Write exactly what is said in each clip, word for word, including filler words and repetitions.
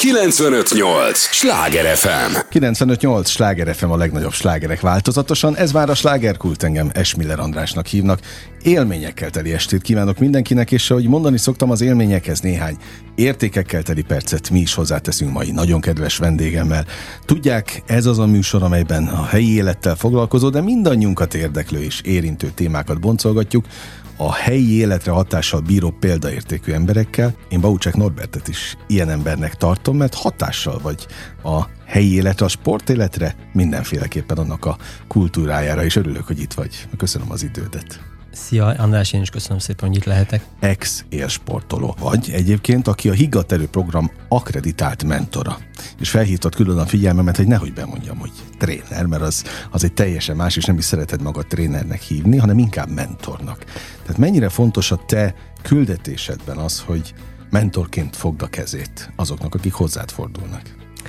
kilencvenöt nyolc Sláger ef em. kilencvenöt nyolc Sláger ef em, a legnagyobb slágerek változatosan. Ez már a Slágerkult, engem Esmiller Andrásnak hívnak. Élményekkel teli estét kívánok mindenkinek, és ahogy mondani szoktam, az élményekhez néhány értékekkel teli percet mi is hozzáteszünk mai nagyon kedves vendégemmel. Tudják, ez az a műsor, amelyben a helyi élettel foglalkozó, de mindannyiunkat érdeklő és érintő témákat boncolgatjuk a helyi életre hatással bíró példaértékű emberekkel. Én Baucsák Norbertet is ilyen embernek tartom, mert hatással vagy a helyi életre, a sportéletre, mindenféleképpen annak a kultúrájára, és örülök, hogy itt vagy. Köszönöm az idődet. Szia, András, én is köszönöm szépen, hogy itt lehetek. Ex-élsportoló vagy egyébként, aki a Higgadterő program akkreditált mentora. És felhívtad külön a figyelmemet, hogy nehogy bemondjam, hogy tréner, mert az, az egy teljesen más, és nem is szereted magad trénernek hívni, hanem inkább mentornak. Tehát mennyire fontos a te küldetésedben az, hogy mentorként fogd a kezét azoknak, akik hozzád fordulnak?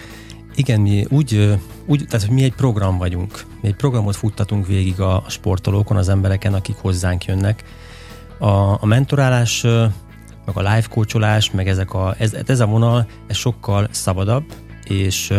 Igen, mi úgy, úgy, tehát hogy mi egy program vagyunk. Mi egy programot futtatunk végig a sportolókon, az embereken, akik hozzánk jönnek. A, a mentorálás, meg a life coacholás, meg ezek a, ez, ez a vonal, ez sokkal szabadabb, és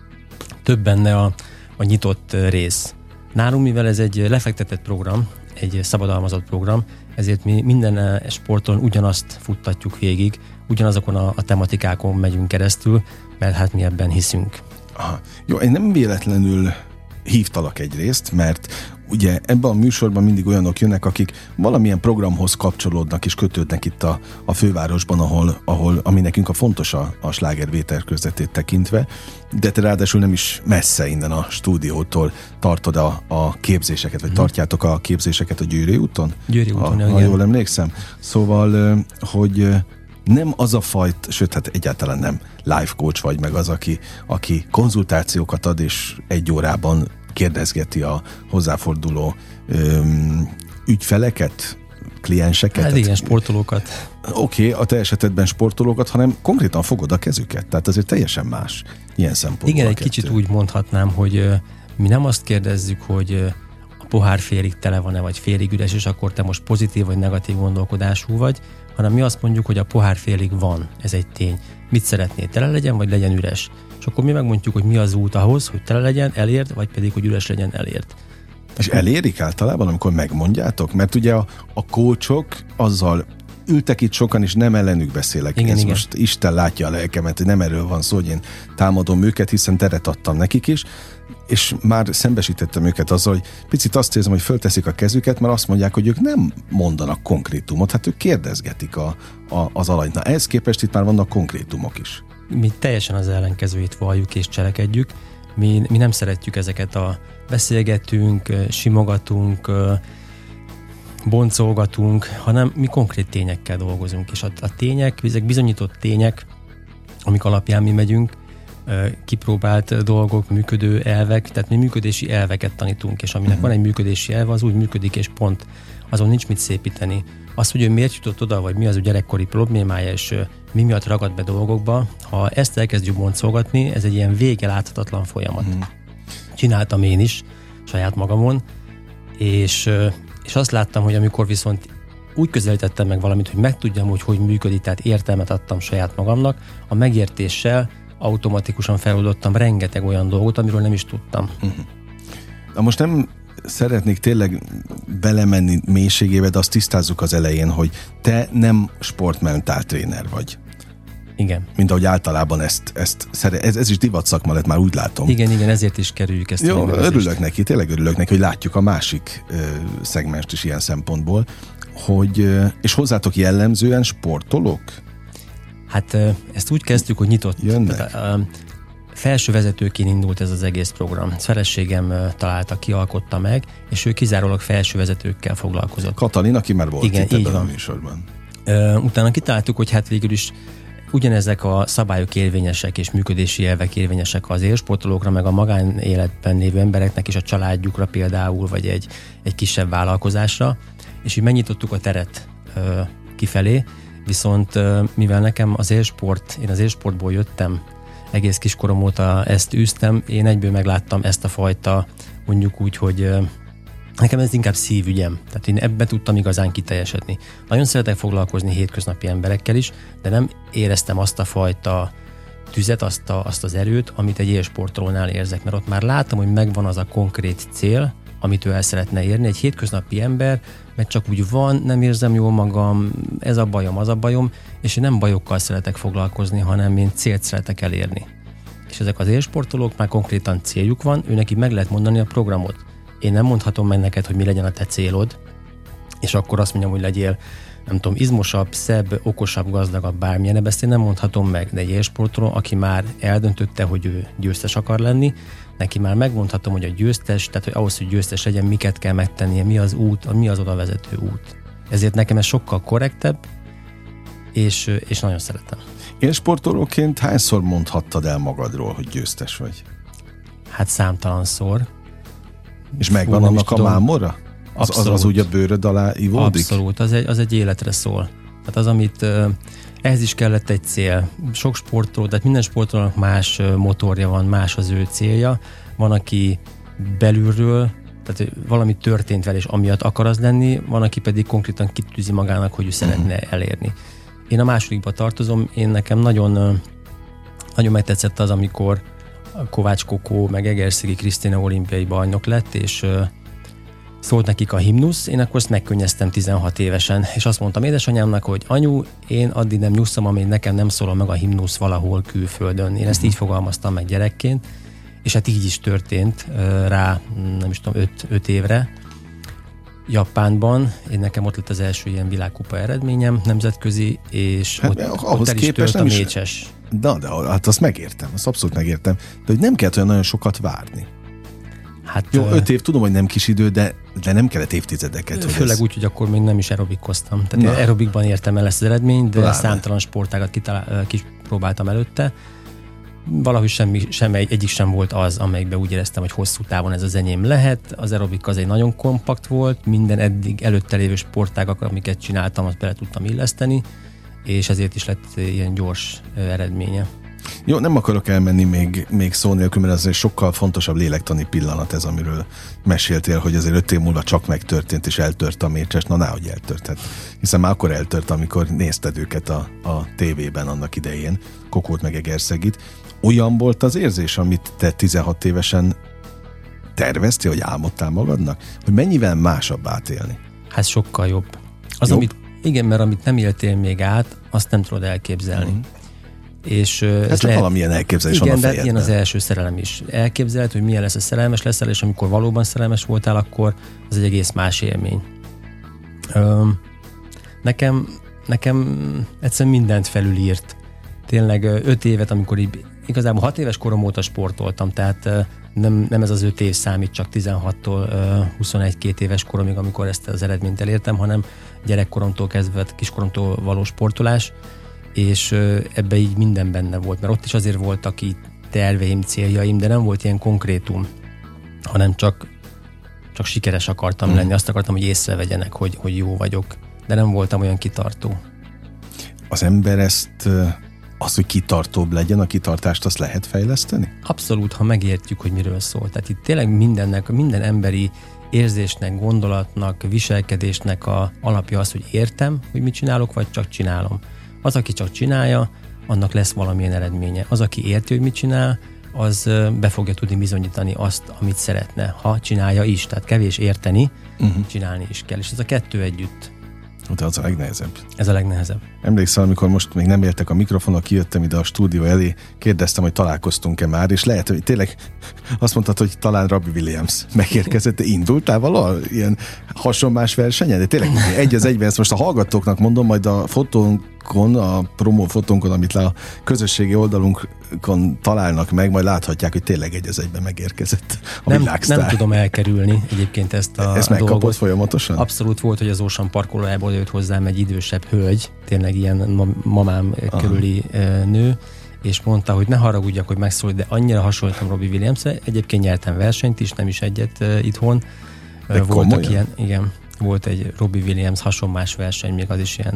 több benne a, a nyitott rész. Nálunk, mivel ez egy lefektetett program, egy szabadalmazott program, ezért mi minden sporton ugyanazt futtatjuk végig, ugyanazokon a, a tematikákon megyünk keresztül, mert hát mi ebben hiszünk. Aha. Jó, én nem véletlenül hívtalak egyrészt, mert ugye ebben a műsorban mindig olyanok jönnek, akik valamilyen programhoz kapcsolódnak és kötődnek itt a, a fővárosban, ahol, ahol, ami nekünk a fontos a, a sláger vételkörzetét tekintve, de te ráadásul nem is messze innen a stúdiótól tartod a, a képzéseket, vagy mm. tartjátok a képzéseket a Győri úton? Győri úton, a, ha jól emlékszem. Szóval, hogy nem az a fajt, sőt, hát egyáltalán nem life coach vagy, meg az, aki, aki konzultációkat ad, és egy órában kérdezgeti a hozzáforduló öm, ügyfeleket, klienseket. Hát igen, sportolókat. Oké, okay, a te esetedben sportolókat, hanem konkrétan fogod a kezüket, tehát azért teljesen más ilyen szempontból. Igen, egy kicsit úgy mondhatnám, hogy mi nem azt kérdezzük, hogy a pohár félig tele van-e, vagy félig üres, és akkor te most pozitív vagy negatív gondolkodású vagy, hanem mi azt mondjuk, hogy a pohár félig van, ez egy tény. Mit szeretnél, tele legyen, vagy legyen üres? És akkor mi megmondjuk, hogy mi az út ahhoz, hogy tele legyen, elért, vagy pedig, hogy üres legyen, elért. És elérik általában, amikor megmondjátok? Mert ugye a, a coachok azzal ültek itt sokan, és nem ellenük beszélek. Igen, igen. Most Isten látja a lelkemet, hogy nem erről van szó, hogy én támadom őket, hiszen teret adtam nekik is, és már szembesítettem őket azzal, hogy picit azt érzem, hogy fölteszik a kezüket, mert azt mondják, hogy ők nem mondanak konkrétumot, hát ők kérdezgetik a, a, az alanyt. Na, ehhez képest itt már vannak konkrétumok is. Mi teljesen az ellenkezőjét valljuk és cselekedjük. Mi, mi nem szeretjük ezeket a beszélgetünk, simogatunk, boncolgatunk, hanem mi konkrét tényekkel dolgozunk, és a, a tények, ezek bizonyított tények, amik alapján mi megyünk, kipróbált dolgok, működő elvek, tehát mi működési elveket tanítunk, és aminek uh-huh. van egy működési elve, az úgy működik, és pont. Azon nincs mit szépíteni. Az, hogy ő miért jutott oda, vagy mi az ő gyerekkori problémája, és mi miatt ragad be dolgokba, ha ezt elkezdjük boncolgatni, ez egy ilyen vége láthatatlan folyamat. Uh-huh. Csináltam én is, saját magamon, és, és azt láttam, hogy amikor viszont úgy közelítettem meg valamit, hogy megtudjam, hogy hogy működik, tehát értelmet adtam saját magamnak, a megértéssel automatikusan feloldottam rengeteg olyan dolgot, amiről nem is tudtam. Uh-huh. Na most nem szeretnék tényleg belemenni mélységébe, de azt tisztázzuk az elején, hogy te nem sportmentál tréner vagy. Igen. Mint ahogy általában ezt, ezt ez, ez is divat szakma lett, már úgy látom. Igen, igen, ezért is kerüljük ezt. Jó, örülök neki, tényleg örülök neki, hogy látjuk a másik ö, szegmest is ilyen szempontból, hogy, ö, és hozzátok jellemzően sportolók? Hát ezt úgy kezdtük, hogy nyitott. Jönnek. Felső vezetőként indult ez az egész program. Feleségem találta, kialkotta meg, és ő kizárólag felső vezetőkkel foglalkozott. Katalin, aki már volt igen, itt ebben a műsorban. Utána kitaláltuk, hogy hát végül is ugyanezek a szabályok érvényesek és működési elvek érvényesek az élsportolókra, meg a magánéletben lévő embereknek is, a családjukra például, vagy egy, egy kisebb vállalkozásra, és így megnyitottuk a teret ö, kifelé, viszont ö, mivel nekem az élsport, én az élsportból jöttem, egész kiskorom óta ezt űztem, én egyből megláttam ezt a fajta, mondjuk úgy, hogy ö, nekem ez inkább szívügyem, tehát én ebben tudtam igazán kiteljesedni. Nagyon szeretek foglalkozni hétköznapi emberekkel is, de nem éreztem azt a fajta tüzet, azt, a, azt az erőt, amit egy élsportolónál érzek, mert ott már látom, hogy megvan az a konkrét cél, amit ő el szeretne érni. Egy hétköznapi ember, mert csak úgy van, nem érzem jól magam, ez a bajom, az a bajom, és én nem bajokkal szeretek foglalkozni, hanem én célt szeretek elérni. És ezek az élsportolók már konkrétan céljuk van, ő neki meg lehet mondani a programot. Én nem mondhatom meg neked, hogy mi legyen a te célod, és akkor azt mondjam, hogy legyél, nem tudom, izmosabb, szebb, okosabb, gazdagabb, bármilyen, ezt én nem mondhatom meg, de egy élsportoló, aki már eldöntötte, hogy ő győztes akar lenni, neki már megmondhatom, hogy a győztes, tehát hogy ahhoz, hogy győztes legyen, miket kell megtennie, mi az út, mi az oda vezető út. Ezért nekem ez sokkal korrektebb, és, és nagyon szeretem. Élsportolóként hányszor mondhattad el magadról, hogy győztes vagy? Hát számtalanszor. És megvan Fú, annak a mámora? Az, az, az úgy a bőröd alá ivódik? Abszolút, az egy, az egy életre szól. Tehát az, amit ehhez is kellett egy cél. Sok sportoló, tehát minden sportolónak más motorja van, más az ő célja. Van, aki belülről, tehát valami történt vele, és amiatt akar az lenni, van, aki pedig konkrétan kitűzi magának, hogy ő szeretne elérni. Én a másodikba tartozom, én nekem nagyon, nagyon megtetszett az, amikor Kovács Kokó, meg Egerszegi Krisztina olimpiai bajnok lett, és szólt nekik a himnusz, én akkor ezt megkönnyeztem tizenhat évesen, és azt mondtam édesanyámnak, hogy anyu, én addig nem nyusszom, amíg nekem nem szólal meg a himnusz valahol külföldön. Én ezt így fogalmaztam meg gyerekként, és hát így is történt rá, nem is tudom, öt, öt évre. Japánban, én nekem ott lett az első ilyen világkupa eredményem, nemzetközi, és hát, ott, ott el is tört a mécses. De, de hát azt megértem, azt abszolút megértem, de hogy nem kellett olyan nagyon sokat várni. Hát, jó, öt év, tudom, hogy nem kis idő, de, de nem kellett évtizedeket. Főleg ez... úgy, hogy akkor még nem is aerobikoztam. Tehát Na. aerobikban értem el ezt az eredményt, de Láne. számtalan sportágat kitalál, kipróbáltam előtte. Valahogy semmi, semmi egyik sem volt az, amelyikben úgy éreztem, hogy hosszú távon ez az enyém lehet. Az aerobik az egy nagyon kompakt volt, minden eddig előtte lévő sportágak, amiket csináltam, azt bele tudtam illeszteni, és ezért is lett ilyen gyors eredménye. Jó, nem akarok elmenni még, még szó nélkül, mert ez egy sokkal fontosabb lélektani pillanat ez, amiről meséltél, hogy azért öt év múlva csak megtörtént, és eltört a mécses. Na, náhogy eltört. Hiszen már akkor eltört, amikor nézted őket a, a tévében annak idején, Kokót meg Egerszegit. Olyan volt az érzés, amit te tizenhat évesen terveztél, hogy álmodtál magadnak? Hogy mennyivel másabb átélni? Hát sokkal jobb. Az, jobb? Amit, igen, mert amit nem éltél még át, azt nem tudod elképzelni. Mm. És hát ez csak lehet, valamilyen elképzelés igen, van a fejedben. Igen, de ilyen az első szerelem is. Elképzeled, hogy milyen lesz a szerelmes leszel, és amikor valóban szerelmes voltál, akkor az egy egész más élmény. Öm, nekem, nekem egyszerűen mindent felülírt. Tényleg öt évet, amikor így, igazából hat éves korom óta sportoltam, tehát nem, nem ez az öt év számít, csak tizenhattól huszonegy-két éves koromig, amikor ezt az eredményt elértem, hanem gyerekkoromtól kezdve, kiskoromtól való sportolás, és ebbe így minden benne volt, mert ott is azért voltak így terveim, céljaim, de nem volt ilyen konkrétum, hanem csak, csak sikeres akartam hmm. lenni, azt akartam, hogy észrevegyenek, hogy, hogy jó vagyok, de nem voltam olyan kitartó. Az ember ezt, az, hogy kitartóbb legyen, a kitartást azt lehet fejleszteni? Abszolút, ha megértjük, hogy miről szól. Tehát itt tényleg mindennek, minden emberi érzésnek, gondolatnak, viselkedésnek a alapja az, hogy értem, hogy mit csinálok, vagy csak csinálom. Az, aki csak csinálja, annak lesz valamilyen eredménye. Az, aki érti, hogy mit csinál, az be fogja tudni bizonyítani azt, amit szeretne, ha csinálja is. Tehát kevés érteni, uh-huh. csinálni is kell. És ez a kettő együtt. De az a legnehezebb. Ez a legnehezebb. Emlékszel, amikor most még nem értek a mikrofonok, kijöttem ide a stúdió elé, kérdeztem, hogy találkoztunk-e már, és lehet, hogy tényleg azt mondtad, hogy talán Robbie Williams megérkezett. Te indultál valahol ilyen hasonlás versenyen? De tényleg egy az egyben, ezt most a hallgatóknak mondom, majd a fotónkon, a promó fotónkon, amit le a közösségi oldalunkon találnak meg, majd láthatják, hogy tényleg egy az egyben megérkezett a nem, világsztár. Nem tudom elkerülni egyébként ezt a Ezt megkapod folyamatosan? Abszolút volt, hogy az Ocean parkolójából jött hozzám egy idősebb hölgy, tényleg ilyen mamám Aha. körüli nő, és mondta, hogy ne haragudjak, hogy megszólít, de annyira hasonlítom Robbie Williamsre. Egyébként nyertem versenyt is, nem is egyet uh, itthon. De voltak komolyan? Ilyen, igen, volt egy Robbie Williams hasonlás verseny, még az is ilyen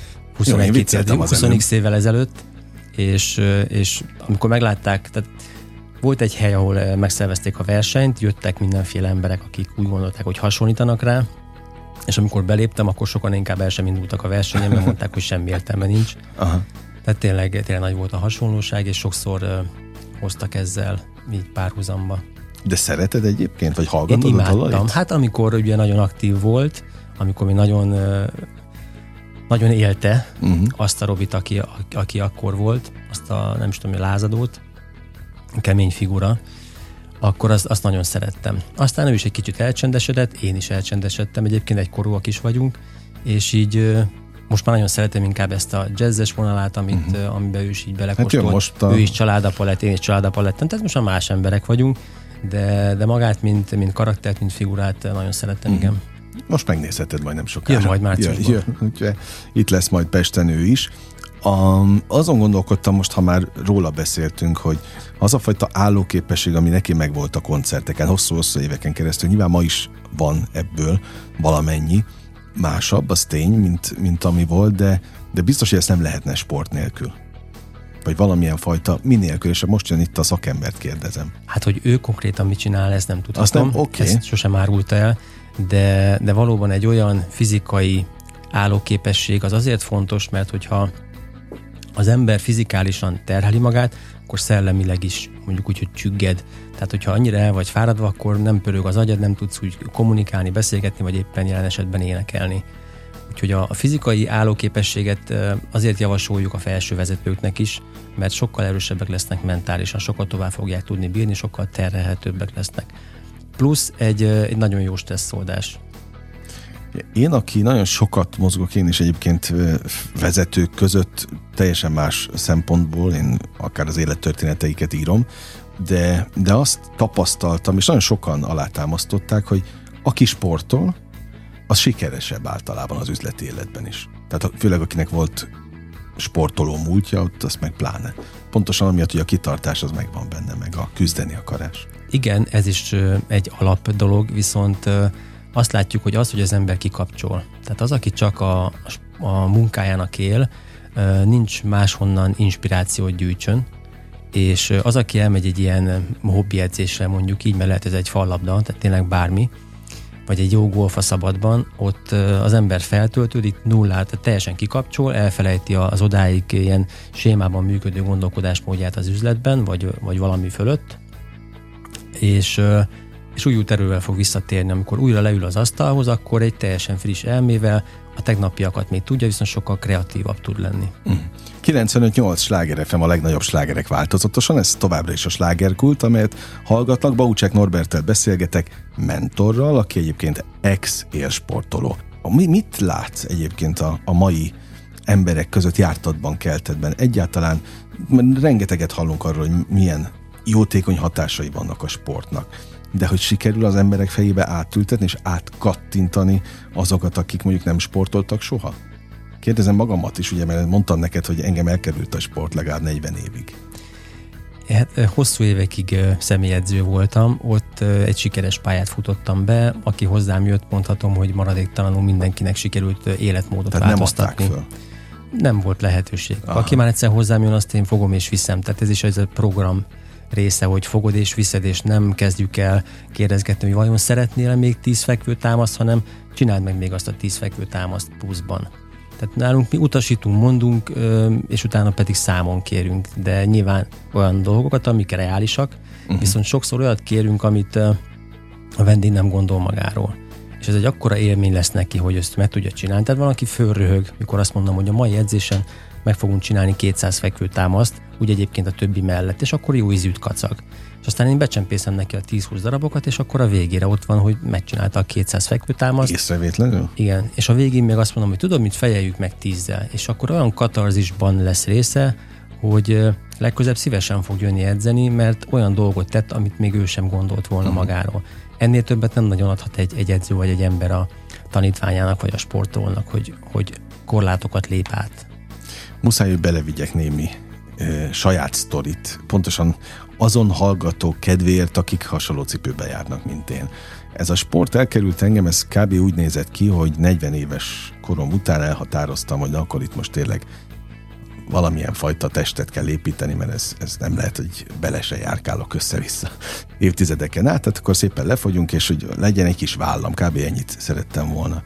huszonegy évvel ezelőtt, és, és amikor meglátták, tehát volt egy hely, ahol megszervezték a versenyt, jöttek mindenféle emberek, akik úgy gondolták, hogy hasonlítanak rá, és amikor beléptem, akkor sokan inkább el sem indultak a versenyen, mert mondták, hogy semmi értelme nincs. Aha. Tehát tényleg, tényleg nagy volt a hasonlóság, és sokszor uh, hoztak ezzel így párhuzamba. De szereted egyébként, vagy hallgatod? Én imádtam. Hát amikor ugye nagyon aktív volt, amikor mi nagyon uh, nagyon élte uh-huh. azt a Robit, aki, aki akkor volt, azt a nem is tudom, a lázadót, kemény figura, akkor azt, azt nagyon szerettem. Aztán ő is egy kicsit elcsendesedett, én is elcsendesedtem, egyébként egy korúak is vagyunk, és így most már nagyon szeretem inkább ezt a jazzes vonalát, amit, uh-huh. amiben ő is így belekóstolt. Hát most a... Ő is családapa lett, én is családapa lettem, tehát most már más emberek vagyunk, de, de magát, mint, mint karaktert, mint figurát nagyon szerettem, uh-huh. igen. Most megnézheted majd nem sokára. Jön majd márciusban. Jön, jön, itt lesz majd Pesten ő is. A, azon gondolkodtam most, ha már róla beszéltünk, hogy az a fajta állóképesség, ami neki megvolt a koncerteken, hosszú-hosszú éveken keresztül, nyilván ma is van ebből valamennyi, másabb, az tény, mint, mint ami volt, de, de biztos, hogy ezt nem lehetne sport nélkül. Vagy valamilyen fajta minélkül, és most jön itt a szakembert kérdezem. Hát, hogy ő konkrétan mit csinál, ezt nem tudhatom. Nem, okay. Ezt sosem árulta el, de, de valóban egy olyan fizikai állóképesség az azért fontos, mert hogyha az ember fizikálisan terheli magát, akkor szellemileg is mondjuk úgy, hogy csügged. Tehát, hogyha annyira el vagy fáradva, akkor nem pörög az agyad, nem tudsz úgy kommunikálni, beszélgetni, vagy éppen jelen esetben énekelni. Úgyhogy a, a fizikai állóképességet azért javasoljuk a felső vezetőknek is, mert sokkal erősebbek lesznek mentálisan, sokkal tovább fogják tudni bírni, sokkal terhelhetőbbek lesznek. Plusz egy, egy nagyon jó stresszoldás. Én, aki nagyon sokat mozgok, én is egyébként vezetők között teljesen más szempontból, én akár az élettörténeteiket írom, de, de azt tapasztaltam, és nagyon sokan alátámasztották, hogy aki sportol, az sikeresebb általában az üzleti életben is. Tehát főleg akinek volt sportoló múltja, ott azt meg pláne. Pontosan amiatt, hogy a kitartás az megvan benne, meg a küzdeni akarás. Igen, ez is egy alap dolog, viszont azt látjuk, hogy az, hogy az ember kikapcsol. Tehát az, aki csak a, a munkájának él, nincs máshonnan inspirációt gyűjtsön, és az, aki elmegy egy ilyen hobbiedzésre, mondjuk így, mert lehet ez egy fallabda, tehát tényleg bármi, vagy egy jó golf a szabadban, ott az ember feltöltődik, nullát, tehát teljesen kikapcsol, elfelejti az odáig ilyen sémában működő gondolkodásmódját az üzletben, vagy, vagy valami fölött, és és új erővel fog visszatérni. Amikor újra leül az asztalhoz, akkor egy teljesen friss elmével a tegnapiakat még tudja, viszont sokkal kreatívabb tud lenni. Mm. kilencvenöt nyolc Sláger ef em, a legnagyobb slágerek változatosan, ez továbbra is a slágerkult, amelyet hallgatnak. Baucsák Norberttel beszélgetek, mentorral, aki egyébként ex-élsportoló. Mi, mit látsz egyébként a, a mai emberek között, jártatban, keltetben? Egyáltalán rengeteget hallunk arról, hogy milyen jótékony hatásai vannak a sportnak. De hogy sikerül az emberek fejébe átültetni és átkattintani azokat, akik mondjuk nem sportoltak soha? Kérdezem magamat is, ugye, mert mondtam neked, hogy engem elkerült a sport legalább negyven évig. Hát hosszú évekig személyedző voltam, ott egy sikeres pályát futottam be, aki hozzám jött, mondhatom, hogy maradéktalanul mindenkinek sikerült életmódot Tehát változtatni. nem adták föl? Nem volt lehetőség. Aha. Aki már egyszer hozzám jön, azt én fogom és viszem. Tehát ez is ez a program része, hogy fogod és viszed, és nem kezdjük el kérdezgetni, hogy vajon szeretnél még tíz fekvő támaszt, hanem csináld meg még azt a tíz fekvő támaszt pluszban. Tehát nálunk mi utasítunk, mondunk, és utána pedig számon kérünk, de nyilván olyan dolgokat, amik reálisak, uh-huh. viszont sokszor olyat kérünk, amit a vendég nem gondol magáról. És ez egy akkora élmény lesz neki, hogy ezt meg tudja csinálni. Tehát van, aki fölröhög, mikor azt mondom, hogy a mai edzésen meg fogunk csinálni kétszáz fekvőtámaszt, úgy egyébként a többi mellett, és akkor jó ízűt kacag. És aztán én becsempészem neki a tíz-húsz darabokat, és akkor a végére ott van, hogy megcsinálta a kétszáz fekvőtámaszt. Észrevétlenül? Igen, és a végén még azt mondom, hogy tudod, mit fejeljük meg tízzel, és akkor olyan katarzisban lesz része, hogy legközelebb szívesen fog jönni edzeni, mert olyan dolgot tett, amit még ő sem gondolt volna uh-huh. magáról. Ennél többet nem nagyon adhat egy, egy edző vagy egy ember a tanítványának vagy a sportolónak, hogy, hogy korlátokat lép át. Muszáj, hogy belevigyek némi e, saját sztorit, pontosan azon hallgatók kedvéért, akik hasonló cipőbe járnak, mint én. Ez a sport elkerült engem, ez kb. Úgy nézett ki, hogy negyven éves korom után elhatároztam, hogy na, akkor itt most tényleg valamilyen fajta testet kell építeni, mert ez, ez nem lehet, hogy bele se járkálok össze-vissza évtizedeken át, tehát akkor szépen lefogyunk, és hogy legyen egy kis vállam, kb. Ennyit szerettem volna.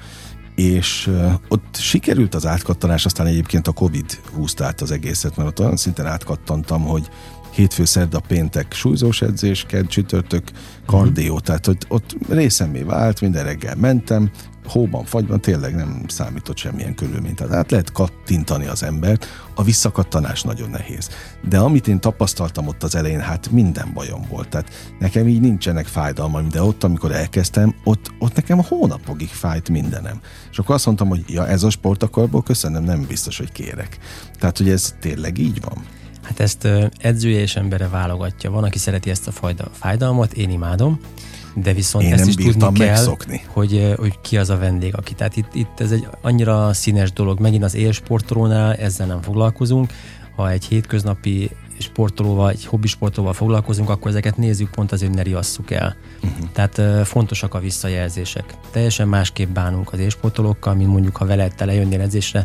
és uh, ott sikerült az átkattanás, aztán egyébként a Covid húzta át az egészet, mert ott olyan szinten átkattantam, hogy hétfő, szerda, péntek súlyzós edzés, kedd, csütörtök, kardió, uh-huh. tehát ott, ott részemmé vált, minden reggel mentem, hóban, fagyban, tényleg nem számított semmilyen körülmény. Tehát át lehet kattintani az embert, a visszakattanás nagyon nehéz. De amit én tapasztaltam ott az elején, hát minden bajom volt. Tehát nekem így nincsenek fájdalmaim, de ott, amikor elkezdtem, ott, ott nekem hónapokig fájt mindenem. És akkor azt mondtam, hogy ja, ez a sport, akkor köszönöm, nem biztos, hogy kérek. Tehát, hogy ez tényleg így van. Hát ezt edzője és embere válogatja. Van, aki szereti ezt a fajda fájdalmat, én imádom, de viszont én ezt is tudni kell, hogy, hogy ki az a vendég, aki. Tehát itt, itt ez egy annyira színes dolog. Megint az élsportolónál ezzel nem foglalkozunk. Ha egy hétköznapi sportolóval, egy hobbisportolóval foglalkozunk, akkor ezeket nézzük pont azért, hogy ne riasszuk el. Uh-huh. Tehát uh, fontosak a visszajelzések. Teljesen másképp bánunk az élsportolókkal, mint mondjuk, ha veled te lejönnél edzésre,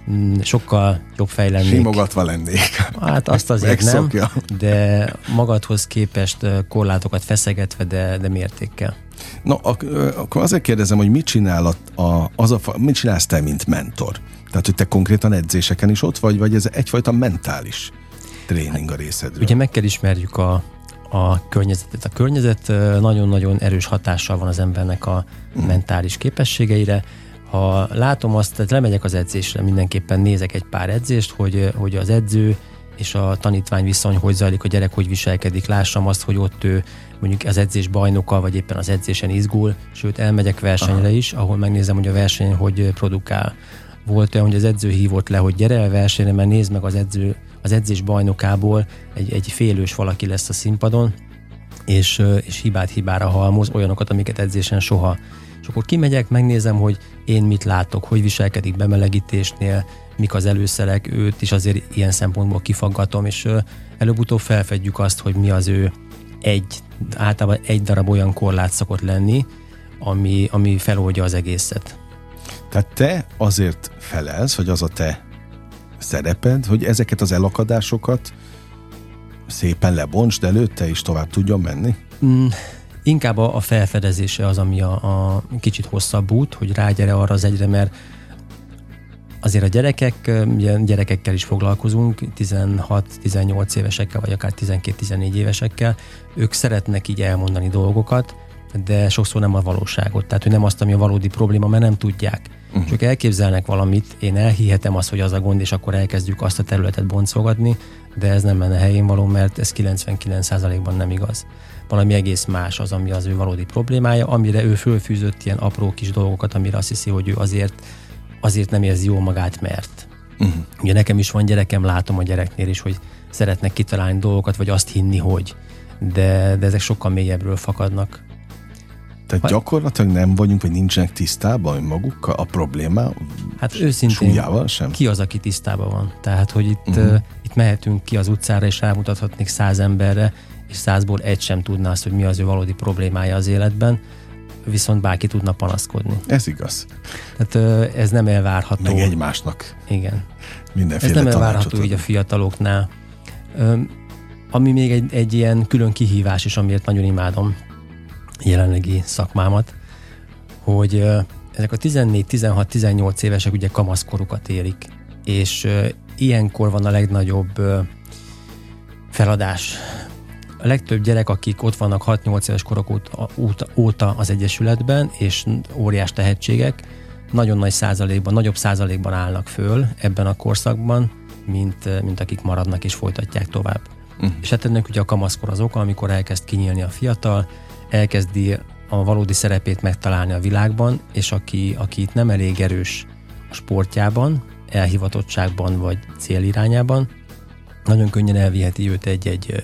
sokkal jobb fej lennék. Simogatva lennék. Hát azt azért nem, de magadhoz képest korlátokat feszegetve, de, de mértékkel. No, ak- akkor azért kérdezem, hogy mit csinál a, a, az a, mit csinálsz te, mint mentor? Tehát, hogy te konkrétan edzéseken is ott vagy, vagy ez egyfajta mentális tréning a részedről? Ugye meg kell ismerjük a, a környezetet. A környezet nagyon-nagyon erős hatással van az embernek a hmm. mentális képességeire. Ha látom azt, tehát lemegyek az edzésre, mindenképpen nézek egy pár edzést, hogy, hogy az edző és a tanítvány viszony hogy zajlik, a gyerek hogy viselkedik, lássam azt, hogy ott ő mondjuk az edzés bajnoka, vagy éppen az edzésen izgul, sőt elmegyek versenyre Aha. is, ahol megnézem, hogy a verseny hogy produkál. Volt olyan, hogy az edző hívott le, hogy gyere el versenyre, mert nézd meg az edző, az edzés bajnokából egy, egy félős valaki lesz a színpadon, és, és hibát hibára halmoz, olyanokat, amiket edzésen soha. És akkor kimegyek, megnézem, hogy én mit látok, hogy viselkedik bemelegítésnél, mik az előszerek, őt is azért ilyen szempontból kifaggatom, és előbb-utóbb felfedjük azt, hogy mi az ő egy, általában egy darab olyan korlát szokott lenni, ami, ami feloldja az egészet. Tehát te azért felelsz, vagy az a te szereped, hogy ezeket az elakadásokat szépen lebontsd előtte, és tovább tudjon menni? Mm. Inkább a felfedezése az, ami a, a kicsit hosszabb út, hogy rágyere arra az egyre, mert azért a gyerekek, gyerekekkel is foglalkozunk, tizenhat-tizennyolc évesekkel, vagy akár tizenkét-tizennégy évesekkel, ők szeretnek így elmondani dolgokat, de sokszor nem a valóságot, tehát hogy nem azt, ami a valódi probléma, mert nem tudják. Uh-huh. Csak elképzelnek valamit, én elhihetem azt, hogy az a gond, és akkor elkezdjük azt a területet boncolgatni, de ez nem menne helyén való, mert ez kilencvenkilenc százalékban nem igaz. Valami egész más az, ami az ő valódi problémája, amire ő fölfűzött ilyen apró kis dolgokat, amire azt hiszi, hogy ő azért, azért nem érzi jól magát, mert. Uh-huh. Ugye nekem is van gyerekem, látom a gyereknél is, hogy szeretnek kitalálni dolgokat, vagy azt hinni, hogy. De, de ezek sokkal mélyebbről fakadnak. Tehát gyakorlatilag nem vagyunk, vagy nincsenek tisztában magukkal a problémá hát őszintén súlyával sem? Ki az, aki tisztában van? Tehát, hogy itt, uh-huh. uh, itt mehetünk ki az utcára, és rámutathatnék száz emberre, és százból egy sem tudná azt, hogy mi az ő valódi problémája az életben, viszont bárki tudna panaszkodni. Ez igaz. Tehát uh, ez nem elvárható. Meg egymásnak. Igen. Mindenféle ez nem elvárható így a fiataloknál. Um, ami még egy, egy ilyen külön kihívás is, amiért nagyon imádom jelenlegi szakmámat, hogy uh, ezek a tizennégy, tizenhat, tizennyolc évesek ugye kamaszkorukat élik, és uh, ilyenkor van a legnagyobb uh, feladás. A legtöbb gyerek, akik ott vannak hat-nyolc éves korok óta, óta, óta az Egyesületben, és óriás tehetségek, nagyon nagy százalékban, nagyobb százalékban állnak föl ebben a korszakban, mint, mint akik maradnak és folytatják tovább. Uh-huh. És hát ennek ugye a kamaszkor az oka, amikor elkezd kinyílni a fiatal, elkezdi a valódi szerepét megtalálni a világban, és aki, aki itt nem elég erős a sportjában, elhivatottságban vagy célirányában, nagyon könnyen elviheti őt egy-egy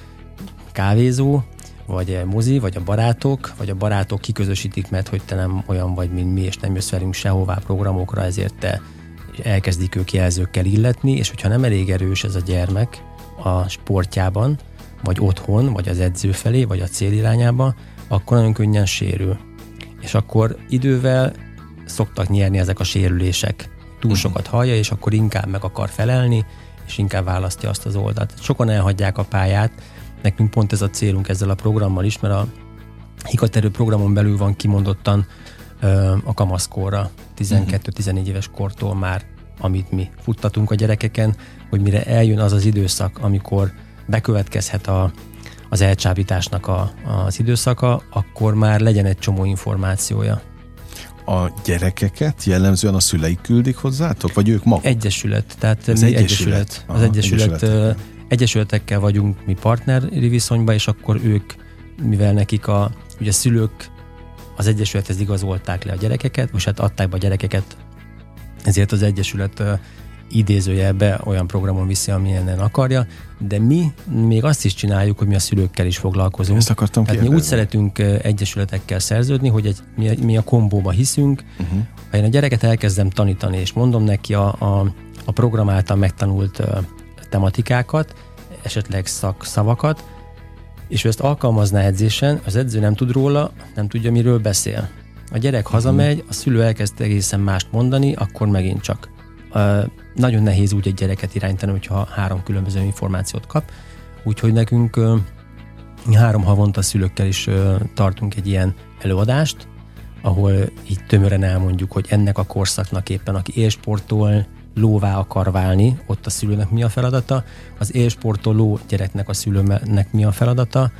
kávézó, vagy mozi, vagy a barátok, vagy a barátok kiközösítik, mert hogy te nem olyan vagy, mint mi, és nem jössz velünk sehová programokra, ezért te elkezdik ők jelzőkkel illetni, és hogyha nem elég erős ez a gyermek a sportjában, vagy otthon, vagy az edző felé, vagy a célirányába, akkor nagyon könnyen sérül. És akkor idővel szoktak nyerni ezek a sérülések. Túl sokat hallja, és akkor inkább meg akar felelni, és inkább választja azt az oldalt. Sokan elhagyják a pályát, nekünk pont ez a célunk ezzel a programmal is, mert a Hikaterő programon belül van kimondottan a kamaszkorra, tizenkettő-tizennégy éves kortól már, amit mi futtatunk a gyerekeken, hogy mire eljön az az időszak, amikor bekövetkezhet a, az elcsábításnak a, az időszaka, akkor már legyen egy csomó információja. A gyerekeket jellemzően a szüleik küldik hozzátok, vagy ők maguk? Egyesület, tehát az mi egyesület. egyesület. Aha, az egyesület, egyesületek. egyesületekkel vagyunk mi partneri viszonyban, és akkor ők, mivel nekik a, ugye a szülők az egyesülethez igazolták le a gyerekeket, vagy hát adták be a gyerekeket, ezért az egyesület idézőjelbe olyan programon viszi, amilyen akarja, de mi még azt is csináljuk, hogy mi a szülőkkel is foglalkozunk. Ezt akartam Tehát kérdezni. mi úgy szeretünk egyesületekkel szerződni, hogy egy, mi, a, mi a kombóba hiszünk. Uh-huh. Ha én a gyereket elkezdem tanítani, és mondom neki a, a, a program által megtanult uh, tematikákat, esetleg szakszavakat, és ő ezt alkalmazná edzésen, az edző nem tud róla, nem tudja, miről beszél. A gyerek uh-huh. hazamegy, a szülő elkezd egészen mást mondani, akkor megint csak uh, nagyon nehéz úgy egy gyereket irányítani, hogyha három különböző információt kap. Úgyhogy nekünk uh, három havonta szülőkkel is uh, tartunk egy ilyen előadást, ahol így tömören elmondjuk, hogy ennek a korszaknak éppen, aki élsporttól lóvá akar válni, ott a szülőnek mi a feladata, az élsportoló gyereknek a szülőnek mi a feladata,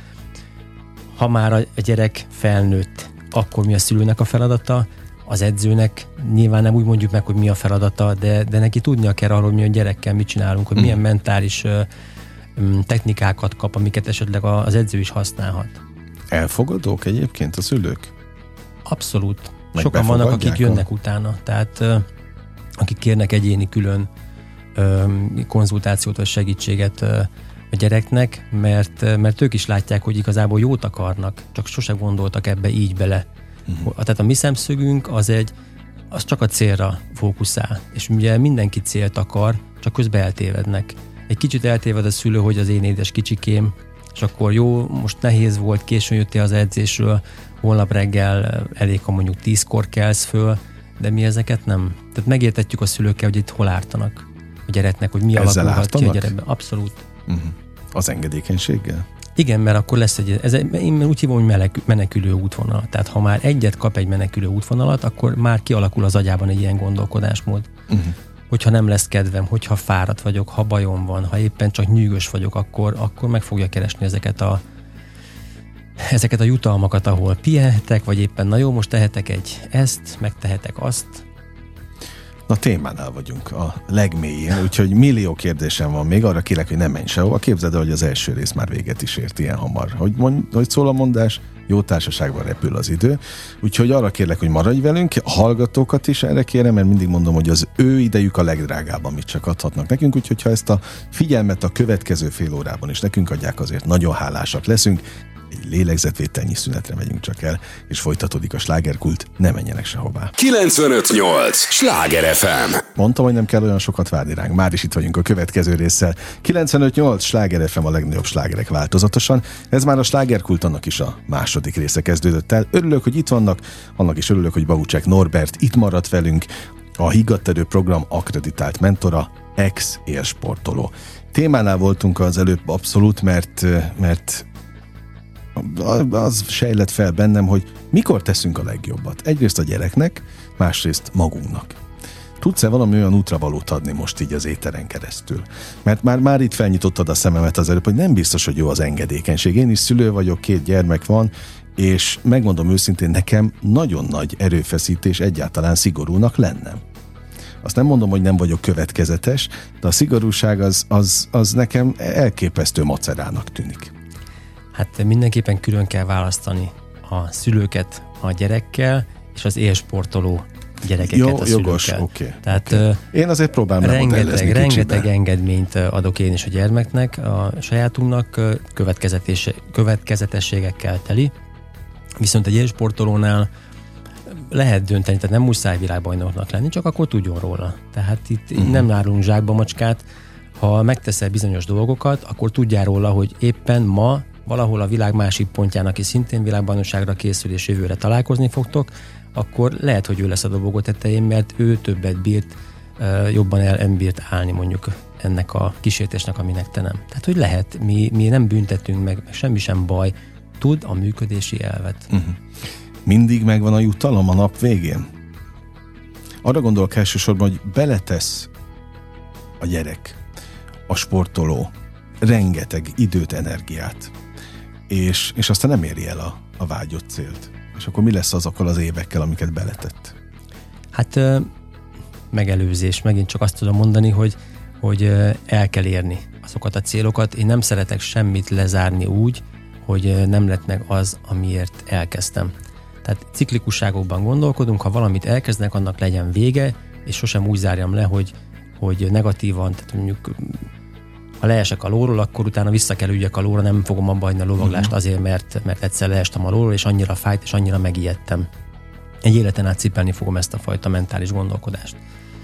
ha már a gyerek felnőtt, akkor mi a szülőnek a feladata, az edzőnek nyilván nem úgy mondjuk meg, hogy mi a feladata, de, de neki tudnia kell arról, hogy mi a gyerekkel mit csinálunk, hogy milyen mentális uh, technikákat kap, amiket esetleg az edző is használhat. Elfogadók egyébként a szülők? Abszolút. Meg sokan vannak, akik jönnek a... utána, tehát uh, akik kérnek egyéni külön uh, konzultációt vagy segítséget uh, a gyereknek, mert, mert ők is látják, hogy igazából jót akarnak, csak sose gondoltak ebbe így bele. Uh-huh. Tehát a mi szemszögünk az egy, az csak a célra fókuszál, és ugye mindenki célt akar, csak közben eltévednek. Egy kicsit eltéved a szülő, hogy az én édes kicsikém, és akkor jó, most nehéz volt, későn jöttél az edzésről, holnap reggel elég, ha mondjuk tízkor kelsz föl, de mi ezeket nem. Tehát megértetjük a szülőkkel, hogy itt hol ártanak a gyereknek, hogy mi alakulhat ki a gyerekben. Abszolút. Uh-huh. Az engedékenységgel? Igen, mert akkor lesz egy, ez egy én úgy hívom, hogy menekülő útvonal. Tehát ha már egyet kap egy menekülő útvonalat, akkor már kialakul az agyában egy ilyen gondolkodásmód. Uh-huh. Hogyha nem lesz kedvem, hogyha fáradt vagyok, ha bajom van, ha éppen csak nyűgös vagyok, akkor, akkor meg fogja keresni ezeket a ezeket a jutalmakat, ahol pihenhetek, vagy éppen na jó, most tehetek egy ezt, megtehetek azt. Na, témánál vagyunk a legmélyén, úgyhogy millió kérdésem van még, arra kérlek, hogy nem menj sehova. Képzeld el, hogy az első rész már véget is ért ilyen hamar. Hogy, mond, hogy szól a mondás? Jó társaságban repül az idő. Úgyhogy arra kérlek, hogy maradj velünk, a hallgatókat is erre kérem, mert mindig mondom, hogy az ő idejük a legdrágább, amit csak adhatnak nekünk, úgyhogy ha ezt a figyelmet a következő fél órában is nekünk adják, azért nagyon hálásak leszünk. Egy lélegzetvételnyi szünetre megyünk csak el, és folytatódik a slágerkult, ne menjenek sehová. kilencvenöt nyolc Sláger ef em. Mondtam, hogy nem kell olyan sokat várni ránk, már is itt vagyunk a következő résszel. kilencvenöt nyolc Sláger ef em, a legnagyobb slágerek változatosan. Ez már a slágerkult, annak is a második része kezdődött el. Örülök, hogy itt vannak, annak is örülök, hogy Babucsek Norbert itt maradt velünk, a Higgadterő program akkreditált mentora, ex-élsportoló. Témánál voltunk az előbb abszolút, mert, mert az sejlett fel bennem, hogy mikor teszünk a legjobbat. Egyrészt a gyereknek, másrészt magunknak. Tudsz-e valami olyan útravalót adni most így az éteren keresztül? Mert már, már itt felnyitottad a szememet az előbb, hogy nem biztos, hogy jó az engedékenység. Én is szülő vagyok, két gyermek van, és megmondom őszintén, nekem nagyon nagy erőfeszítés egyáltalán szigorúnak lennem. Azt nem mondom, hogy nem vagyok következetes, de a szigorúság az, az, az nekem elképesztő macerának tűnik. Hát mindenképpen külön kell választani a szülőket a gyerekkel, és az élsportoló gyerekeket Jó, a szülőkkel. Jogos, oké. Tehát okay. Én azért próbálom rengeteg, rengeteg engedményt adok én is a gyermeknek, a sajátunknak, következetességekkel teli. Viszont egy élsportolónál lehet dönteni, tehát nem muszáj világbajnoknak lenni, csak akkor tudjon róla. Tehát itt uh-huh. nem árulunk zsákba macskát. Ha megteszel bizonyos dolgokat, akkor tudjál róla, hogy éppen ma valahol a világ másik pontján, aki szintén világbajnokságra készül és jövőre találkozni fogtok, akkor lehet, hogy ő lesz a dobogó tetején, mert ő többet bírt, jobban el bírt állni mondjuk ennek a kísértésnek, aminek te nem. Tehát, hogy lehet, mi, mi nem büntetünk meg, meg semmi sem baj, tud a működési elvet. Uh-huh. mindig megvan a jutalom a nap végén? Arra gondolok elsősorban, hogy beletesz a gyerek, a sportoló rengeteg időt, energiát, és, és aztán nem éri el a, a vágyott célt. És akkor mi lesz azokkal az évekkel, amiket beletett? Hát megelőzés. Megint csak azt tudom mondani, hogy, hogy el kell érni azokat a célokat. Én nem szeretek semmit lezárni úgy, hogy nem lett meg az, amiért elkezdtem. Tehát ciklikusságokban gondolkodunk, ha valamit elkezdnek, annak legyen vége, és sosem úgy zárjam le, hogy, hogy negatívan, tehát mondjuk ha leesek a lóról, akkor utána vissza kell üljek a lóra, nem fogom abba hagyni a lovaglást azért, mert, mert egyszer leestem a lóról, és annyira fájt, és annyira megijedtem. Egy életen át cipelni fogom ezt a fajta mentális gondolkodást.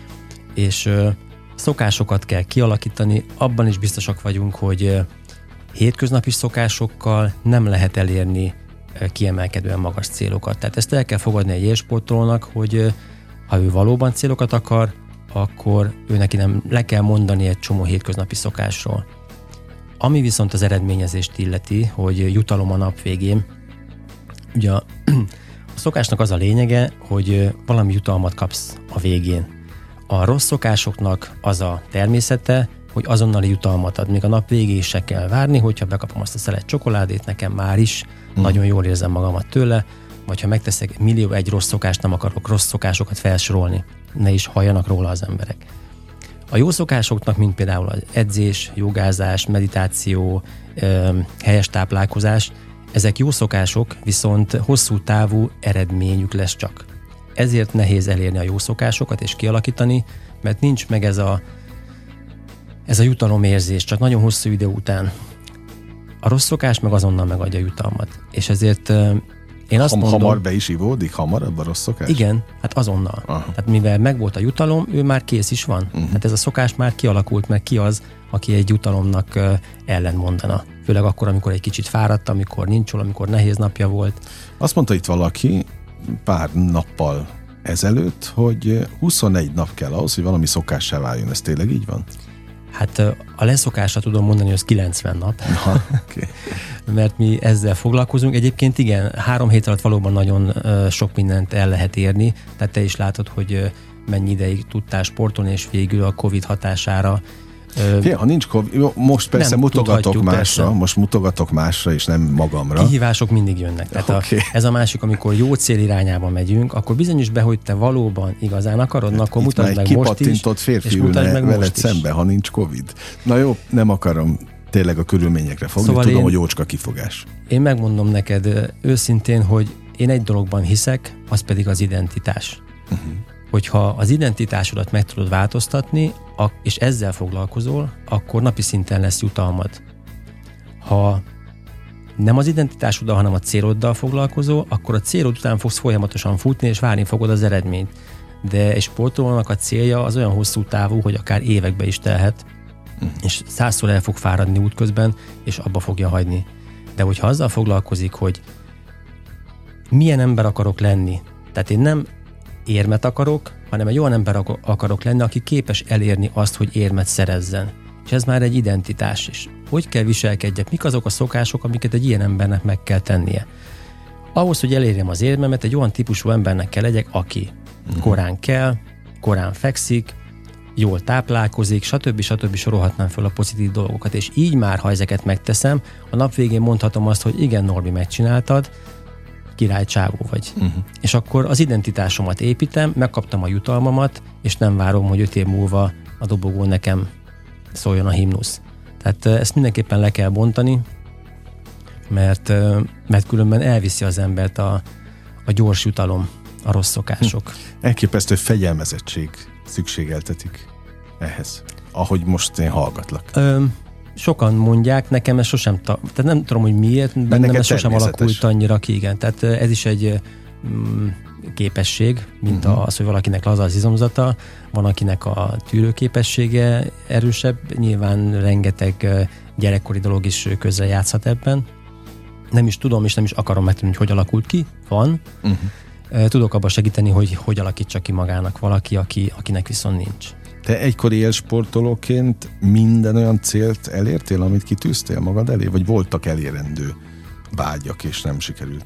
És ö, szokásokat kell kialakítani, abban is biztosak vagyunk, hogy ö, hétköznapi szokásokkal nem lehet elérni ö, kiemelkedően magas célokat. Tehát ezt el kell fogadni egy élsportolónak, hogy ö, ha ő valóban célokat akar, akkor ő neki nem le kell mondani egy csomó hétköznapi szokásról. Ami viszont az eredményezést illeti, hogy jutalom a nap végén, ugye a, a szokásnak az a lényege, hogy valami jutalmat kapsz a végén. A rossz szokásoknak az a természete, hogy azonnali jutalmat ad. Még a nap végén se kell várni, hogyha bekapom azt a szelet csokoládét, nekem már is mm. nagyon jól érzem magamat tőle, vagy ha megteszek millió egy rossz szokást, nem akarok rossz szokásokat felsorolni. Ne is halljanak róla az emberek. A jó szokásoknak, mint például az edzés, jogázás, meditáció, helyes táplálkozás, ezek jó szokások, viszont hosszú távú eredményük lesz csak. Ezért nehéz elérni a jó szokásokat és kialakítani, mert nincs meg ez a, ez a jutalomérzés, csak nagyon hosszú idő után. A rossz szokás meg azonnal megadja a jutalmat. És ezért én azt Ham, mondom... Hamar be is ivódik? Hamarabb a rossz szokás? Igen, hát azonnal. Aha. Tehát mivel megvolt a jutalom, ő már kész is van. Uh-huh. Hát ez a szokás már kialakult, mert ki az, aki egy jutalomnak uh, ellentmondana. Főleg akkor, amikor egy kicsit fáradt, amikor nincs jól, amikor nehéz napja volt. Azt mondta itt valaki pár nappal ezelőtt, hogy huszonegy nap kell ahhoz, hogy valami szokássá váljon. Ez tényleg így van? Hát a leszokásra tudom mondani, hogy az kilencven nap. Aha, okay. Mert mi ezzel foglalkozunk. Egyébként igen, három hét alatt valóban nagyon uh, sok mindent el lehet érni. Tehát te is látod, hogy uh, mennyi ideig tudtál sportolni, és végül a Covid hatására Fé, ha nincs Covid, jó, most persze nem mutogatok másra, persze. most mutogatok másra, és nem magamra. Kihívások mindig jönnek. Tehát okay. a, ez a másik, amikor jó cél irányába megyünk, akkor bizonyos be, hogy te valóban igazán akarod, hát akkor mutasd meg most is, férfi ülne meg veled szembe, ha nincs Covid. Na jó, nem akarom tényleg a körülményekre fogni, szóval tudom, én, hogy jócska kifogás. Én megmondom neked őszintén, hogy én egy dologban hiszek, az pedig az identitás. Uh-huh. Hogyha az identitásodat meg tudod változtatni, és ezzel foglalkozol, akkor napi szinten lesz jutalmad. Ha nem az identitásoddal, hanem a céloddal foglalkozol, akkor a célod után fogsz folyamatosan futni, és várni fogod az eredményt. De egy sportolónak a célja az olyan hosszú távú, hogy akár évekbe is telhet, uh-huh. és százszor el fog fáradni útközben, és abba fogja hagyni. De hogyha azzal foglalkozik, hogy milyen ember akarok lenni, tehát én nem érmet akarok, hanem egy olyan ember akarok lenni, aki képes elérni azt, hogy érmet szerezzen. És ez már egy identitás is. Hogy kell viselkedjek? Mik azok a szokások, amiket egy ilyen embernek meg kell tennie? Ahhoz, hogy elérjem az érmemet, egy olyan típusú embernek kell legyek, aki uh-huh. korán kell, korán fekszik, jól táplálkozik, stb. stb. Sorolhatnám föl a pozitív dolgokat. És így már, ha ezeket megteszem, a nap végén mondhatom azt, hogy igen, Norbi, megcsináltad, király csávó vagy. Uh-huh. És akkor az identitásomat építem, megkaptam a jutalmamat, és nem várom, hogy öt év múlva a dobogón nekem szóljon a himnusz. Tehát ezt mindenképpen le kell bontani, mert, mert különben elviszi az embert a, a gyors jutalom, a rossz szokások. Hm. Elképesztő fegyelmezettség szükségeltetik ehhez, ahogy most én hallgatlak. Ö, Sokan mondják, nekem ez sosem, ta- tehát nem tudom, hogy miért, bennem ez sosem alakult annyira ki, igen. Tehát ez is egy mm, képesség, mint uh-huh. az, hogy valakinek laza az izomzata, van akinek a tűrőképessége erősebb, nyilván rengeteg gyerekkori dolog is közre játszhat ebben. Nem is tudom, és nem is akarom megtudni, hogy hogy alakult ki, van. Uh-huh. Tudok abban segíteni, hogy hogy alakítsa ki magának valaki, aki, akinek viszont nincs. Te egykori élsportolóként minden olyan célt elértél, amit kitűztél magad elé? Vagy voltak elérendő vágyak, és nem sikerültek?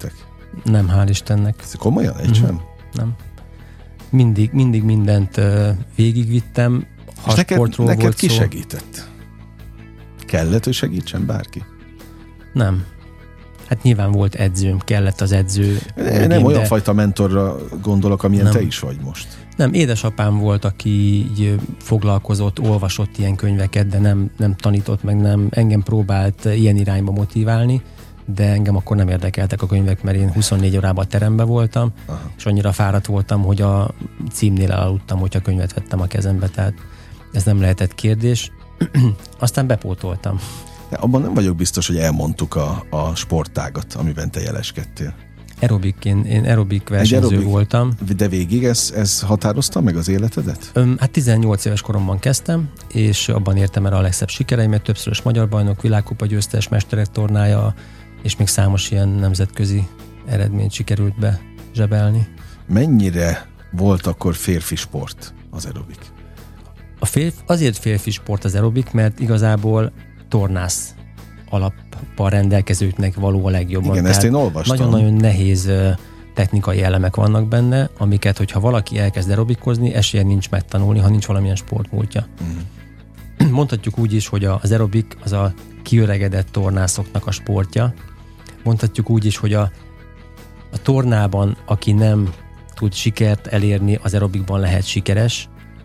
Nem, hál' Istennek. Ez komolyan? Egy Mhm. sem? Nem. Mindig, mindig mindent uh, végigvittem. Ha És neked, sportról neked volt ki szó. segített? Kellett, hogy segítsen bárki? Nem. Hát nyilván volt edzőm, kellett az edző. Nem én, olyan de... fajta mentorra gondolok, amilyen Nem. te is vagy most. Nem, édesapám volt, aki így foglalkozott, olvasott ilyen könyveket, de nem, nem tanított, meg nem engem próbált ilyen irányba motiválni, de engem akkor nem érdekeltek a könyvek, mert én huszonnégy órában a teremben voltam, Aha. és annyira fáradt voltam, hogy a címnél elaludtam, hogyha könyvet vettem a kezembe, tehát ez nem lehetett kérdés. Aztán bepótoltam. De abban nem vagyok biztos, hogy elmondtuk a, a sportágat, amiben te jeleskedtél. Aerobik, én, én aerobik versenyző aerobik- voltam. De végig ez, ez határozta meg az életedet? Öm, hát tizennyolc éves koromban kezdtem, és abban értem el a legszebb sikereimet, többszörös magyar bajnok, világkupa győztes, mesterek tornája, és még számos ilyen nemzetközi eredményt sikerült be zsebelni. Mennyire volt akkor férfi sport az aerobik? A férf, azért férfi sport az aerobik, mert igazából tornász alappal rendelkezőknek való a legjobban. Igen, ezt én olvastam. Nagyon-nagyon nehéz ö, technikai elemek vannak benne, amiket, hogyha valaki elkezd aerobikozni, esélye nincs megtanulni, ha nincs valamilyen sportmúltja. Mm. Mondhatjuk úgy is, hogy az aerobik az a kiöregedett tornászoknak a sportja. Mondhatjuk úgy is, hogy a, a tornában, aki nem tud sikert elérni, az aerobikban lehet sikeres.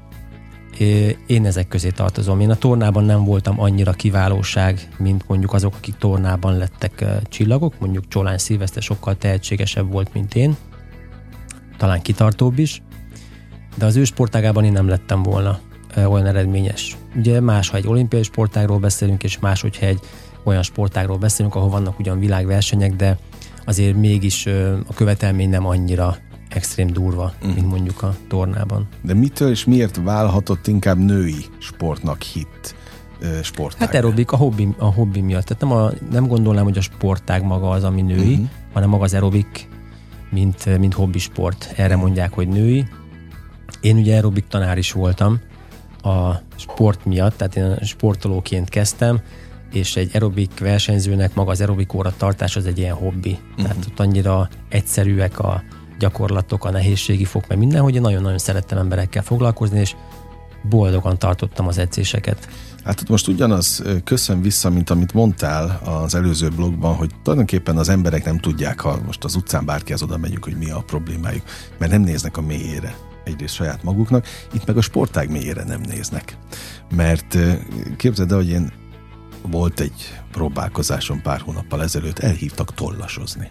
Én ezek közé tartozom. Én a tornában nem voltam annyira kiválóság, mint mondjuk azok, akik tornában lettek csillagok. Mondjuk Csolány Szilveszter sokkal tehetségesebb volt, mint én. Talán kitartóbb is. De az ő sportágában én nem lettem volna olyan eredményes. Ugye más, ha egy olimpiai sportágról beszélünk, és más, hogyha egy olyan sportágról beszélünk, ahol vannak ugyan világversenyek, de azért mégis a követelmény nem annyira extrém durva, uh-huh. mint mondjuk a tornában. De mitől és miért válhatott inkább női sportnak hit sportág? Hát aerobik a hobbi, a hobbi miatt. Tehát nem, a, nem gondolnám, hogy a sportág maga az, ami női, uh-huh. hanem maga az aerobik, mint, mint hobbisport. Erre mondják, hogy női. Én ugye aerobik tanár is voltam a sport miatt, tehát én sportolóként kezdtem, és egy aerobik versenyzőnek maga az aerobik óra tartás az egy ilyen hobbi. Uh-huh. Tehát ott annyira egyszerűek a gyakorlatok, a nehézségi fok, meg minden, hogy én nagyon-nagyon szerettem emberekkel foglalkozni, és boldogan tartottam az edzéseket. Hát ott most ugyanaz köszön vissza, mint amit mondtál az előző blogban, hogy tulajdonképpen az emberek nem tudják, ha most az utcán bárkihez oda megyünk, hogy mi a problémájuk, mert nem néznek a mélyére. Egyrészt saját maguknak, itt meg a sportág mélyére nem néznek. Mert képzeld el, hogy én volt egy próbálkozásom pár hónappal ezelőtt, elhívtak tollasozni.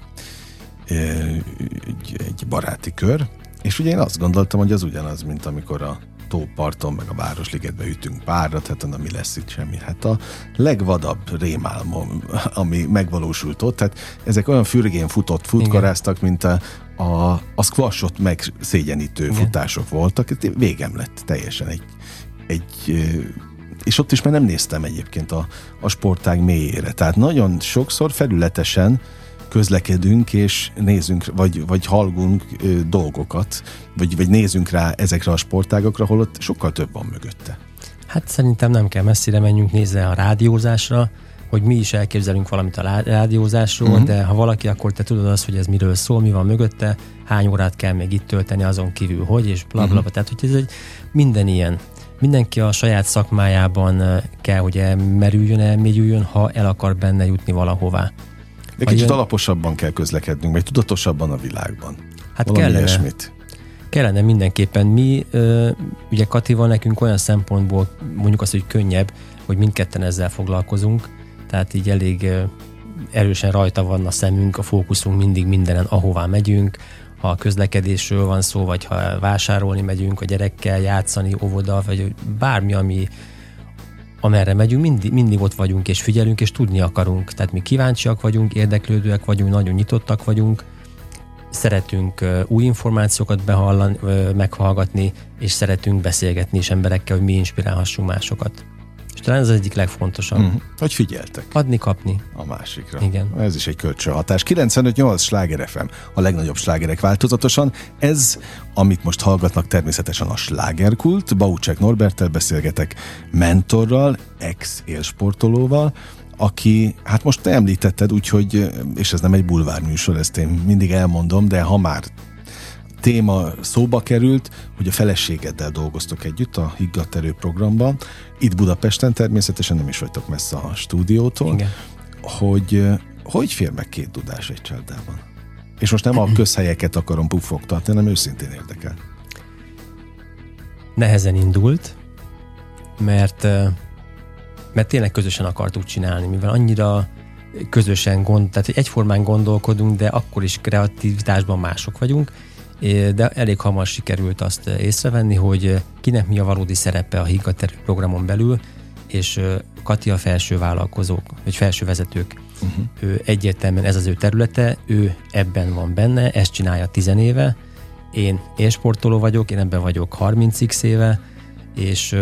Egy, egy baráti kör, és ugye én azt gondoltam, hogy az ugyanaz, mint amikor a tóparton, meg a Városligetbe ütünk párat, hát na mi lesz itt semmi. Hát a legvadabb rémálmom, ami megvalósult ott, tehát ezek olyan fürgén futott, futkaráztak, mint a, a, a squashot megszégyenítő Igen. futások voltak. Végem lett teljesen egy, egy és ott is már nem néztem egyébként a, a sportág mélyére. Tehát nagyon sokszor felületesen közlekedünk, és nézünk, vagy, vagy hallgunk ö, dolgokat, vagy, vagy nézünk rá ezekre a sportágokra, holott sokkal több van mögötte. Hát szerintem nem kell messzire menjünk, nézze a rádiózásra, hogy mi is elképzelünk valamit a rádiózásról, uh-huh. de ha valaki, akkor te tudod azt, hogy ez miről szól, mi van mögötte, hány órát kell még itt tölteni azon kívül, hogy, és blablabla. Uh-huh. Tehát, hogy ez egy minden ilyen. Mindenki a saját szakmájában kell, hogy elmerüljön, elmélyüljön, ha el akar benne jutni valahová. De kicsit jön... alaposabban kell közlekednünk, vagy tudatosabban a világban. Hát valami kellene. Ilyesmit. Kellene mindenképpen. Mi, ugye Katival nekünk olyan szempontból mondjuk azt, hogy könnyebb, hogy mindketten ezzel foglalkozunk, tehát így elég erősen rajta van a szemünk, a fókuszunk mindig mindenen, ahová megyünk. Ha a közlekedésről van szó, vagy ha vásárolni megyünk, a gyerekkel játszani, óvoda, vagy bármi, ami amerre megyünk, mindig, mindig ott vagyunk, és figyelünk, és tudni akarunk. Tehát mi kíváncsiak vagyunk, érdeklődőek vagyunk, nagyon nyitottak vagyunk, szeretünk uh, új információkat behallani, uh, meghallgatni, és szeretünk beszélgetni is emberekkel, hogy mi inspirálhassunk másokat. És talán ez az egyik legfontosabb. Mm, hogy figyeltek. Adni, kapni. A másikra. Igen. Ez is egy kölcsönhatás. kilencvenöt nyolc Sláger ef em, a legnagyobb slágerek változatosan. Ez, amit most hallgatnak, természetesen a Slágerkult. Baucsek Norberttel beszélgetek, mentorral, ex-élsportolóval, aki, hát most te említetted, úgyhogy, és ez nem egy bulvárműsor, ezt én mindig elmondom, de ha már téma szóba került, hogy a feleségeddel dolgoztok együtt a Higgadt Erő programban, itt Budapesten természetesen, nem is vagytok messze a stúdiótól, Igen. hogy hogy fér meg két dudás egy csárdában? És most nem a közhelyeket akarom puffogtatni, hanem őszintén érdekel. Nehezen indult, mert, mert tényleg közösen akartuk csinálni, mivel annyira közösen gond, tehát egyformán gondolkodunk, de akkor is kreativitásban mások vagyunk, de elég hamar sikerült azt észrevenni, hogy kinek mi a valódi szerepe a Higgadt Erő programon belül, és Kati a felső vállalkozók, vagy felső vezetők. Uh-huh. Ő egyértelműen ez az ő területe, ő ebben van benne, ezt csinálja tizenéve, én élsportoló vagyok, én ebben vagyok harminc éve, és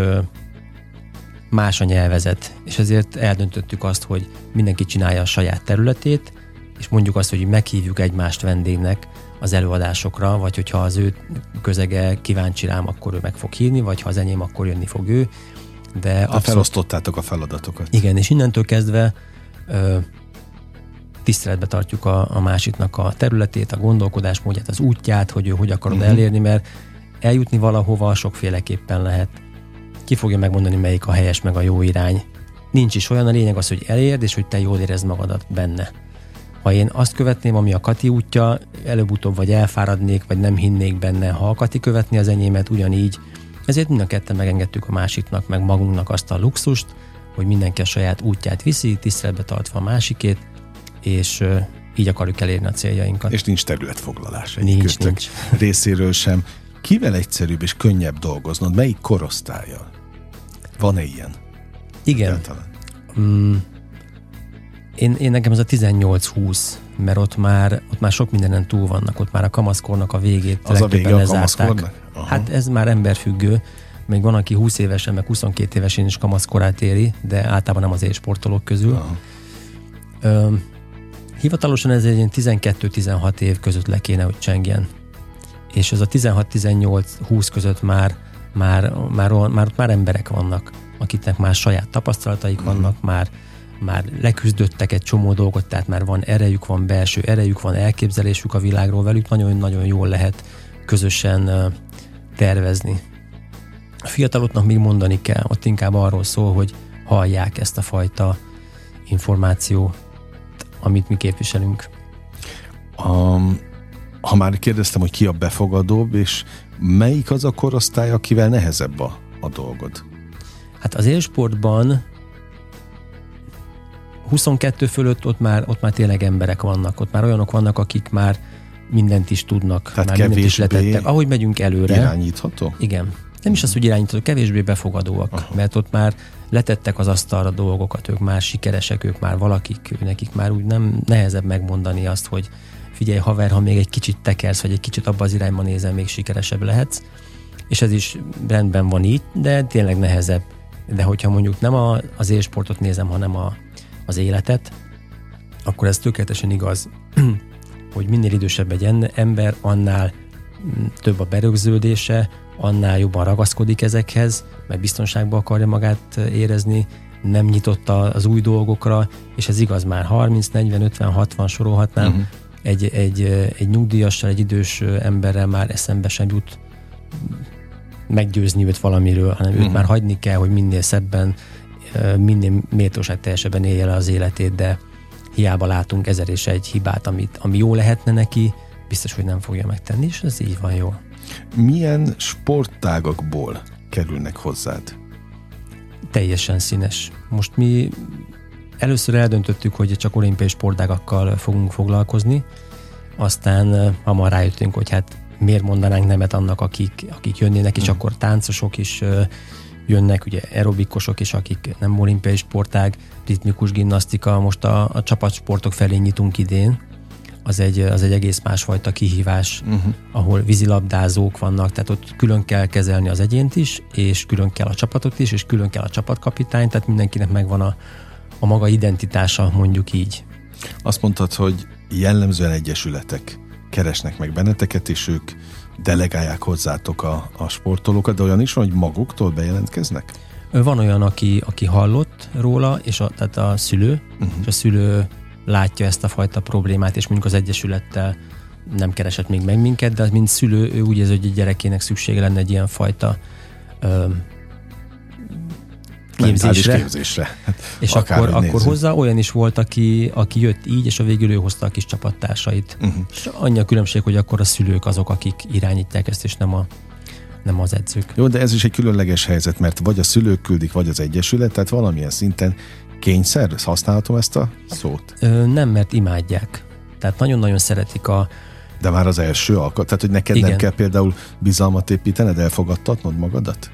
más a nyelvezet, és ezért eldöntöttük azt, hogy mindenki csinálja a saját területét, és mondjuk azt, hogy meghívjuk egymást vendégnek az előadásokra, vagy hogyha az ő közege kíváncsi rám, akkor ő meg fog hívni, vagy ha az enyém, akkor jönni fog ő. De abszolút... felosztottátok a feladatokat. Igen, és innentől kezdve ö, tiszteletbe tartjuk a, a másiknak a területét, a gondolkodásmódját, az útját, hogy ő hogy akarod uh-huh. elérni, mert eljutni valahova sokféleképpen lehet. Ki fogja megmondani, melyik a helyes, meg a jó irány. Nincs is olyan, a lényeg az, hogy elérd, és hogy te jól érezd magadat benne. Ha én azt követném, ami a Kati útja, előbb-utóbb vagy elfáradnék, vagy nem hinnék benne. Ha a Kati követni az enyémet, ugyanígy. Ezért mind a ketten megengedtük a másiknak, meg magunknak azt a luxust, hogy mindenki a saját útját viszi, tiszteletbe tartva a másikét, és uh, így akarjuk elérni a céljainkat. És nincs területfoglalás egy nincs, nincs. részéről sem. Kivel egyszerűbb és könnyebb dolgoznod? Melyik korosztállyal? Van-e ilyen? Igen. Mm, én, én nekem ez a tizennyolc húsz, mert ott már, ott már sok mindenen túl vannak, ott már a kamaszkornak a végét az a vége a kamaszkornak? Hát ez már emberfüggő. Még van, aki húsz évesen, meg huszonkettő évesen is kamaszkorát éri, de általában nem az élsportolók közül. Ö, hivatalosan ez egy tizenkettő-tizenhat év között le kéne, hogy csengjen. És ez a tizenhat-tizennyolc-húsz között már, már, már, már, már emberek vannak, akiknek már saját tapasztalataik mm. vannak, már, már leküzdöttek egy csomó dolgot, tehát már van erejük, van belső erejük, van elképzelésük a világról, velük nagyon-nagyon jól lehet közösen uh, tervezni. A fiataloknak még mondani kell, ott inkább arról szól, hogy hallják ezt a fajta információt, amit mi képviselünk. Um, ha már kérdeztem, hogy ki a befogadóbb, és melyik az a korosztály, akivel nehezebb a, a dolgod? Hát az élsportban huszonkettő fölött ott már, ott már tényleg emberek vannak, ott már olyanok vannak, akik már mindent is tudnak, tehát már mindent is letettek. Ahogy megyünk előre. Irányítható? Igen. Nem is az, hogy irányítható, kevésbé befogadóak, aha. mert ott már letettek az asztalra dolgokat, ők már sikeresek, ők már valakik, ők nekik már úgy nem nehezebb megmondani azt, hogy figyelj haver, ha még egy kicsit tekersz, vagy egy kicsit abba az irányba nézel, még sikeresebb lehetsz. És ez is rendben van így, de tényleg nehezebb. De hogyha mondjuk nem a, az élsportot nézem, hanem a, az életet, akkor ez tökéletesen igaz, hogy minél idősebb egy ember, annál több a berögződése, annál jobban ragaszkodik ezekhez, mert biztonságban akarja magát érezni, nem nyitott az új dolgokra, és ez igaz már harminc, negyven, ötven, hatvan sorolhatnám, uh-huh. egy, egy, egy nyugdíjassal, egy idős emberrel már eszembe sem jut meggyőzni őt valamiről, hanem uh-huh. őt már hagyni kell, hogy minél szebben, minél méltóságteljesebben élje le az életét, de hiába látunk ezer és egy hibát, amit, ami jó lehetne neki, biztos, hogy nem fogja megtenni, és ez így van jól. Milyen sporttágakból kerülnek hozzád? Teljesen színes. Most mi először eldöntöttük, hogy csak olimpiai sportágakkal fogunk foglalkozni, aztán hamar rájöttünk, hogy hát miért mondanánk nemet annak, akik, akik jönnének, és hmm. akkor táncosok is jönnek, ugye aerobikosok is, akik nem olimpiai sportág, ritmikus gimnasztika, most a, a csapatsportok felé nyitunk idén, az egy, az egy egész másfajta kihívás, uh-huh. ahol vízilabdázók vannak, tehát ott külön kell kezelni az egyént is, és külön kell a csapatot is, és külön kell a csapatkapitány, tehát mindenkinek megvan a, a maga identitása, mondjuk így. Azt mondtad, hogy jellemzően egyesületek keresnek meg benneteket, és ők delegálják hozzátok a, a sportolókat, de olyan is van, hogy maguktól bejelentkeznek? Van olyan, aki, aki hallott róla, és a, tehát a szülő, uh-huh. és a szülő látja ezt a fajta problémát, és mondjuk az Egyesülettel nem keresett még meg minket, de mint szülő, ő úgy érzi, hogy egy gyerekének szüksége lenne egy ilyen fajta ö, képzésre. képzésre. Hát, és akkor, akkor hozzá olyan is volt, aki, aki jött így, és a végül ő hozta a kis csapattársait. Uh-huh. És annyi a különbség, hogy akkor a szülők azok, akik irányítják ezt, és nem a nem az edzők. Jó, de ez is egy különleges helyzet, mert vagy a szülők küldik, vagy az Egyesület, tehát valamilyen szinten kényszer, használhatom ezt a szót? Ö, nem, mert imádják. Tehát nagyon-nagyon szeretik a... De már az első alkalom, tehát hogy neked Igen. nem kell például bizalmat építened, elfogadtatnod magadat?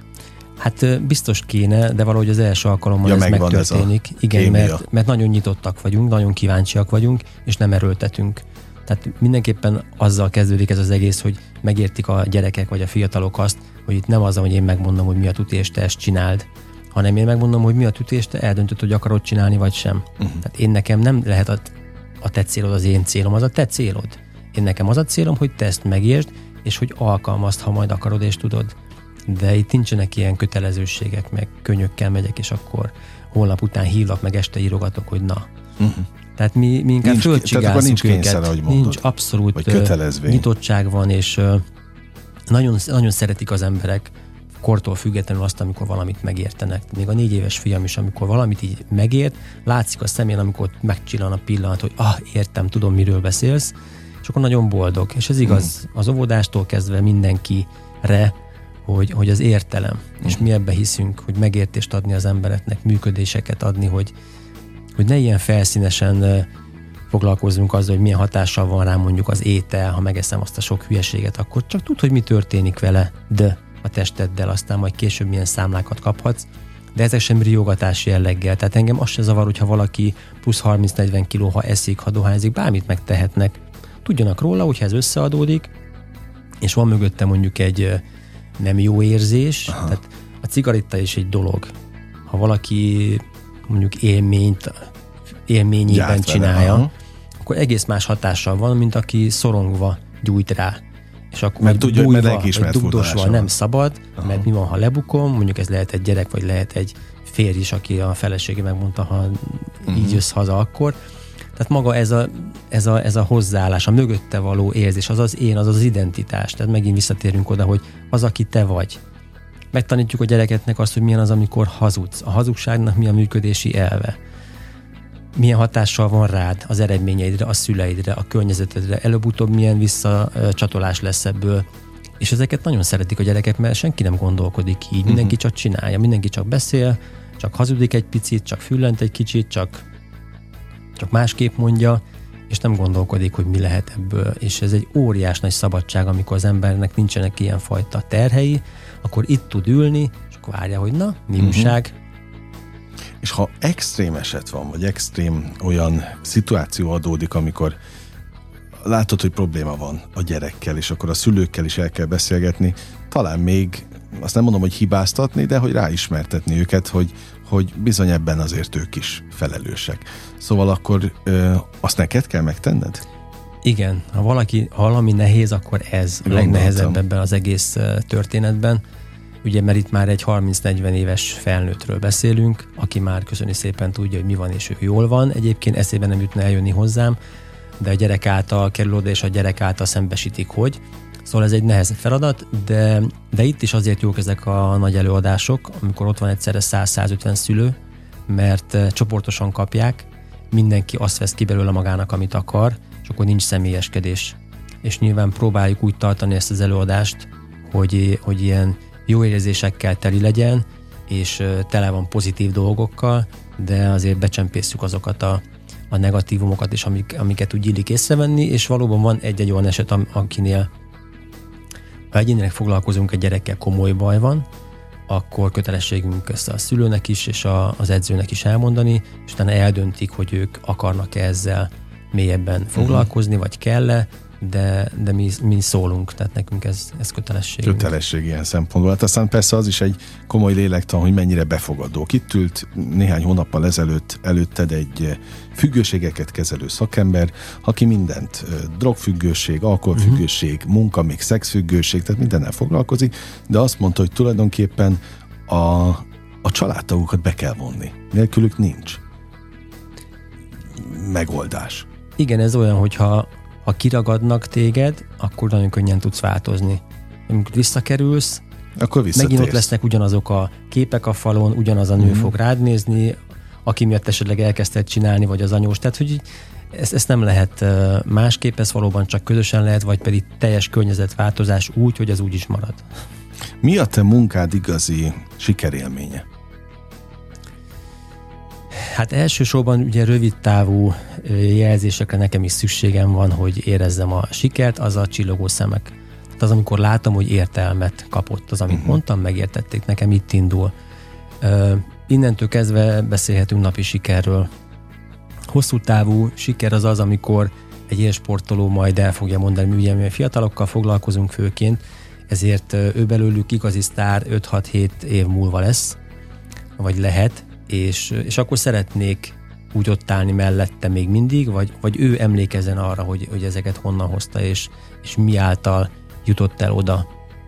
Hát biztos kéne, de valahogy az első alkalommal ja, ez megtörténik. Ez Igen, mert, mert nagyon nyitottak vagyunk, nagyon kíváncsiak vagyunk, és nem erőltetünk. Tehát mindenképpen azzal kezdődik ez az egész, hogy megértik a gyerekek vagy a fiatalok azt, hogy itt nem az, hogy én megmondom, hogy mi a tuti, és te ezt csináld, hanem én megmondom, hogy mi a tuti, és te eldöntöd, hogy akarod csinálni, vagy sem. Uh-huh. Tehát én nekem nem lehet a, a te célod az én célom, az a te célod. Én nekem az a célom, hogy te ezt megértsd, és hogy alkalmazd, ha majd akarod és tudod. De itt nincsenek ilyen kötelezőségek, meg könyökkel megyek, és akkor holnap után hívlak, meg este írogatok, hogy na. Uh-huh. Tehát mi, mi inkább földcsigázzuk nincs őket. Kényszer, ahogy mondod, nincs abszolút nyitottság van, és uh, nagyon, nagyon szeretik az emberek kortól függetlenül azt, amikor valamit megértenek. Még a négy éves fiam is, amikor valamit így megért, látszik a szemén, amikor megcsillan a pillanat, hogy ah, értem, tudom, miről beszélsz, és akkor nagyon boldog. És ez igaz hmm. az óvodástól kezdve mindenkire, hogy, hogy az értelem, hmm. és mi ebbe hiszünk, hogy megértést adni az embereknek, működéseket adni, hogy hogy ne ilyen felszínesen foglalkozzunk azzal, hogy milyen hatással van rám mondjuk az étel, ha megeszem azt a sok hülyeséget, akkor csak tudd, hogy mi történik vele, de a testeddel, aztán majd később milyen számlákat kaphatsz, de ezek sem riogatási jelleggel. Tehát engem az se zavar, hogyha valaki plusz harminc-negyven kiló, ha eszik, ha dohányzik, bármit megtehetnek. Tudjanak róla, hogyha ez összeadódik, és van mögötte mondjuk egy nem jó érzés, Aha. tehát a cigaretta is egy dolog. Ha valaki mondjuk élményt, élményében Gyárt csinálja, vele, akkor egész más hatással van, mint aki szorongva gyújt rá. És akkor mert tudja, bújva, hogy vagy dugdosva nem szabad, Aha. mert mi van, ha lebukom, mondjuk ez lehet egy gyerek, vagy lehet egy férj is, aki a felesége megmondta, ha uh-huh. így jössz haza, akkor. Tehát maga ez a, ez, a, ez a hozzáállás, a mögötte való érzés, az az én, az az identitás. Tehát megint visszatérünk oda, hogy az, aki te vagy. Megtanítjuk a gyerekeknek azt, hogy milyen az, amikor hazudsz. A hazugságnak mi a működési elve. Milyen hatással van rád, az eredményeidre, a szüleidre, a környezetedre, előbb-utóbb milyen visszacsatolás lesz ebből. És ezeket nagyon szeretik a gyerekek, mert senki nem gondolkodik így. Mindenki csak csinálja, mindenki csak beszél, csak hazudik egy picit, csak füllent egy kicsit, csak, csak másképp mondja, és nem gondolkodik, hogy mi lehet ebből. És ez egy óriás nagy szabadság, amikor az embernek nincsenek ilyenfajta terhei, akkor itt tud ülni, és akkor várja, hogy na, mi újság. Uh-huh. És ha extrém eset van, vagy extrém olyan szituáció adódik, amikor látod, hogy probléma van a gyerekkel, és akkor a szülőkkel is el kell beszélgetni, talán még, azt nem mondom, hogy hibáztatni, de hogy ráismertetni őket, hogy, hogy bizony ebben azért ők is felelősek. Szóval akkor ö, azt neked kell megtenned? Igen, ha valaki, ha valami nehéz, akkor ez a legnehezebb ebben az egész történetben. Ugye, mert itt már egy harminc-negyven éves felnőttről beszélünk, aki már köszöni szépen tudja, hogy mi van, és ő jól van. Egyébként eszében nem jutna eljönni hozzám, de a gyerek által kerül oda, és a gyerek által szembesítik, hogy. Szóval ez egy nehezebb feladat, de, de itt is azért jók ezek a nagy előadások, amikor ott van egyszerre száz-százötven szülő, mert csoportosan kapják, mindenki azt vesz ki belőle magának, amit akar, és akkor nincs személyeskedés. És nyilván próbáljuk úgy tartani ezt az előadást, hogy, hogy ilyen jó érzésekkel teli legyen, és tele van pozitív dolgokkal, de azért becsempészük azokat a, a negatívumokat is, amik, amiket úgy illik észrevenni, és valóban van egy-egy olyan eset, akinél ha egyénileg foglalkozunk egy gyerekkel, komoly baj van, akkor kötelességünk ezt a szülőnek is, és a, az edzőnek is elmondani, és utána eldöntik, hogy ők akarnak-e ezzel mélyebben foglalkozni, uh-huh. vagy kell-e, de, de mi, mi szólunk, tehát nekünk ez, ez kötelesség. Kötelesség ilyen szempontból. Hát aztán persze az is egy komoly lélektan, hogy mennyire befogadó. Itt ült néhány hónappal ezelőtt előtted egy függőségeket kezelő szakember, aki mindent, drogfüggőség, alkoholfüggőség, uh-huh. munka, még szexfüggőség, tehát mindennel foglalkozik, de azt mondta, hogy tulajdonképpen a a családtagokat be kell vonni. Nélkülük nincs megoldás. Igen, ez olyan, hogyha ha kiragadnak téged, akkor nagyon könnyen tudsz változni. Amikor visszakerülsz, akkor megint ott lesznek ugyanazok a képek a falon, ugyanaz a nő mm-hmm. fog rád nézni, aki miatt esetleg elkezdted csinálni, vagy az anyós. Tehát, hogy ezt, ezt nem lehet másképp, ez valóban csak közösen lehet, vagy pedig teljes környezetváltozás úgy, hogy az úgy is marad. Mi a te munkád igazi sikerélménye? Hát elsősorban ugye rövid távú jelzésekre nekem is szükségem van, hogy érezzem a sikert, az a csillogó szemek. Tehát az, amikor látom, hogy értelmet kapott az, amit uh-huh. mondtam, megértették, nekem itt indul. Uh, innentől kezdve beszélhetünk napi sikerről. Hosszú távú siker az az, amikor egy élsportoló majd el fogja mondani, ugye mi fiatalokkal foglalkozunk főként, ezért ő belőlük igazi sztár öt-hat-hét év múlva lesz, vagy lehet, és, és akkor szeretnék úgy ott állni mellette még mindig, vagy, vagy ő emlékezzen arra, hogy, hogy ezeket honnan hozta, és, és mi által jutott el oda.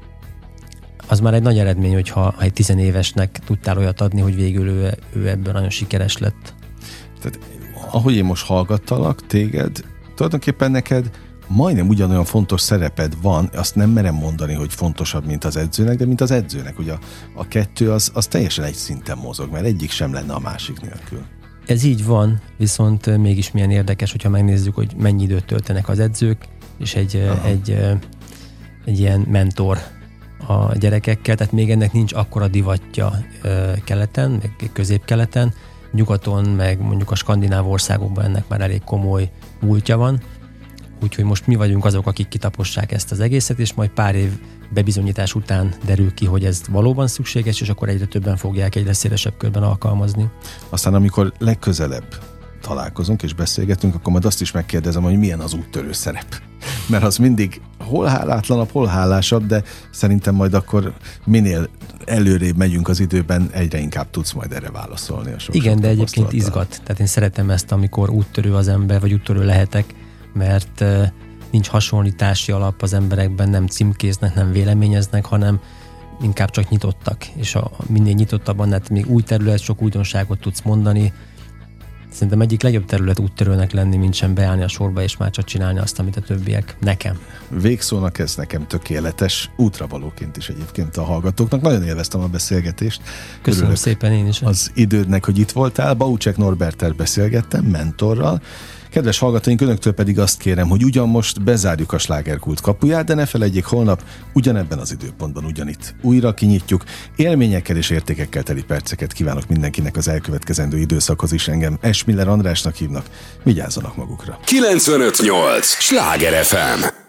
Az már egy nagy eredmény, hogyha ha egy tizenévesnek tudtál olyat adni, hogy végül ő, ő ebből nagyon sikeres lett. Tehát ahogy én most hallgattalak téged, tulajdonképpen neked majdnem ugyanolyan fontos szereped van, azt nem merem mondani, hogy fontosabb, mint az edzőnek, de mint az edzőnek, hogy a, a kettő az, az teljesen egy szinten mozog, mert egyik sem lenne a másik nélkül. Ez így van, viszont mégis milyen érdekes, hogyha megnézzük, hogy mennyi időt töltenek az edzők, és egy, egy, egy ilyen mentor a gyerekekkel, tehát még ennek nincs akkora divatja keleten, meg közép-keleten, nyugaton, meg mondjuk a skandináv országokban ennek már elég komoly múltja van, úgyhogy most mi vagyunk azok, akik kitapossák ezt az egészet, és majd pár év bebizonyítás után derül ki, hogy ez valóban szükséges, és akkor egyre többen fogják egyre szélesebb körben alkalmazni. Aztán amikor legközelebb találkozunk és beszélgetünk, akkor majd azt is megkérdezem, hogy milyen az úttörő szerep. Mert az mindig hol hálátlanabb, hol hálásabb, de szerintem majd akkor minél előrébb megyünk az időben, egyre inkább tudsz majd erre válaszolni. A Igen, de egyébként izgat. Tehát én szeretem ezt, amikor úttörő az ember, vagy úttörő lehetek, mert uh, nincs hasonlítási alap az emberekben, nem címkéznek, nem véleményeznek, hanem inkább csak nyitottak. És a, minél nyitottabb, annál még új terület, sok újdonságot tudsz mondani. Szerintem egyik legjobb terület úttörőnek lenni, mint sem beállni a sorba, és már csak csinálni azt, amit a többiek. Nekem. Végszónak ez nekem tökéletes, útravalóként is egyébként a hallgatóknak. Nagyon élveztem a beszélgetést. Köszönöm Örülök szépen én is. Az idődnek, hogy itt voltál. Baucsek Norberttel beszélgettem, mentorral. Kedves hallgatóink, önöktől pedig azt kérem, hogy ugyan most bezárjuk a Slágerkult kapuját, de ne felejtjék, holnap ugyanebben az időpontban ugyanitt újra kinyitjuk. Élményekkel és értékekkel teli perceket kívánok mindenkinek az elkövetkezendő időszakhoz is. Engem Esmiller Andrásnak hívnak. Vigyázzanak magukra. kilencvenöt nyolc Sláger ef em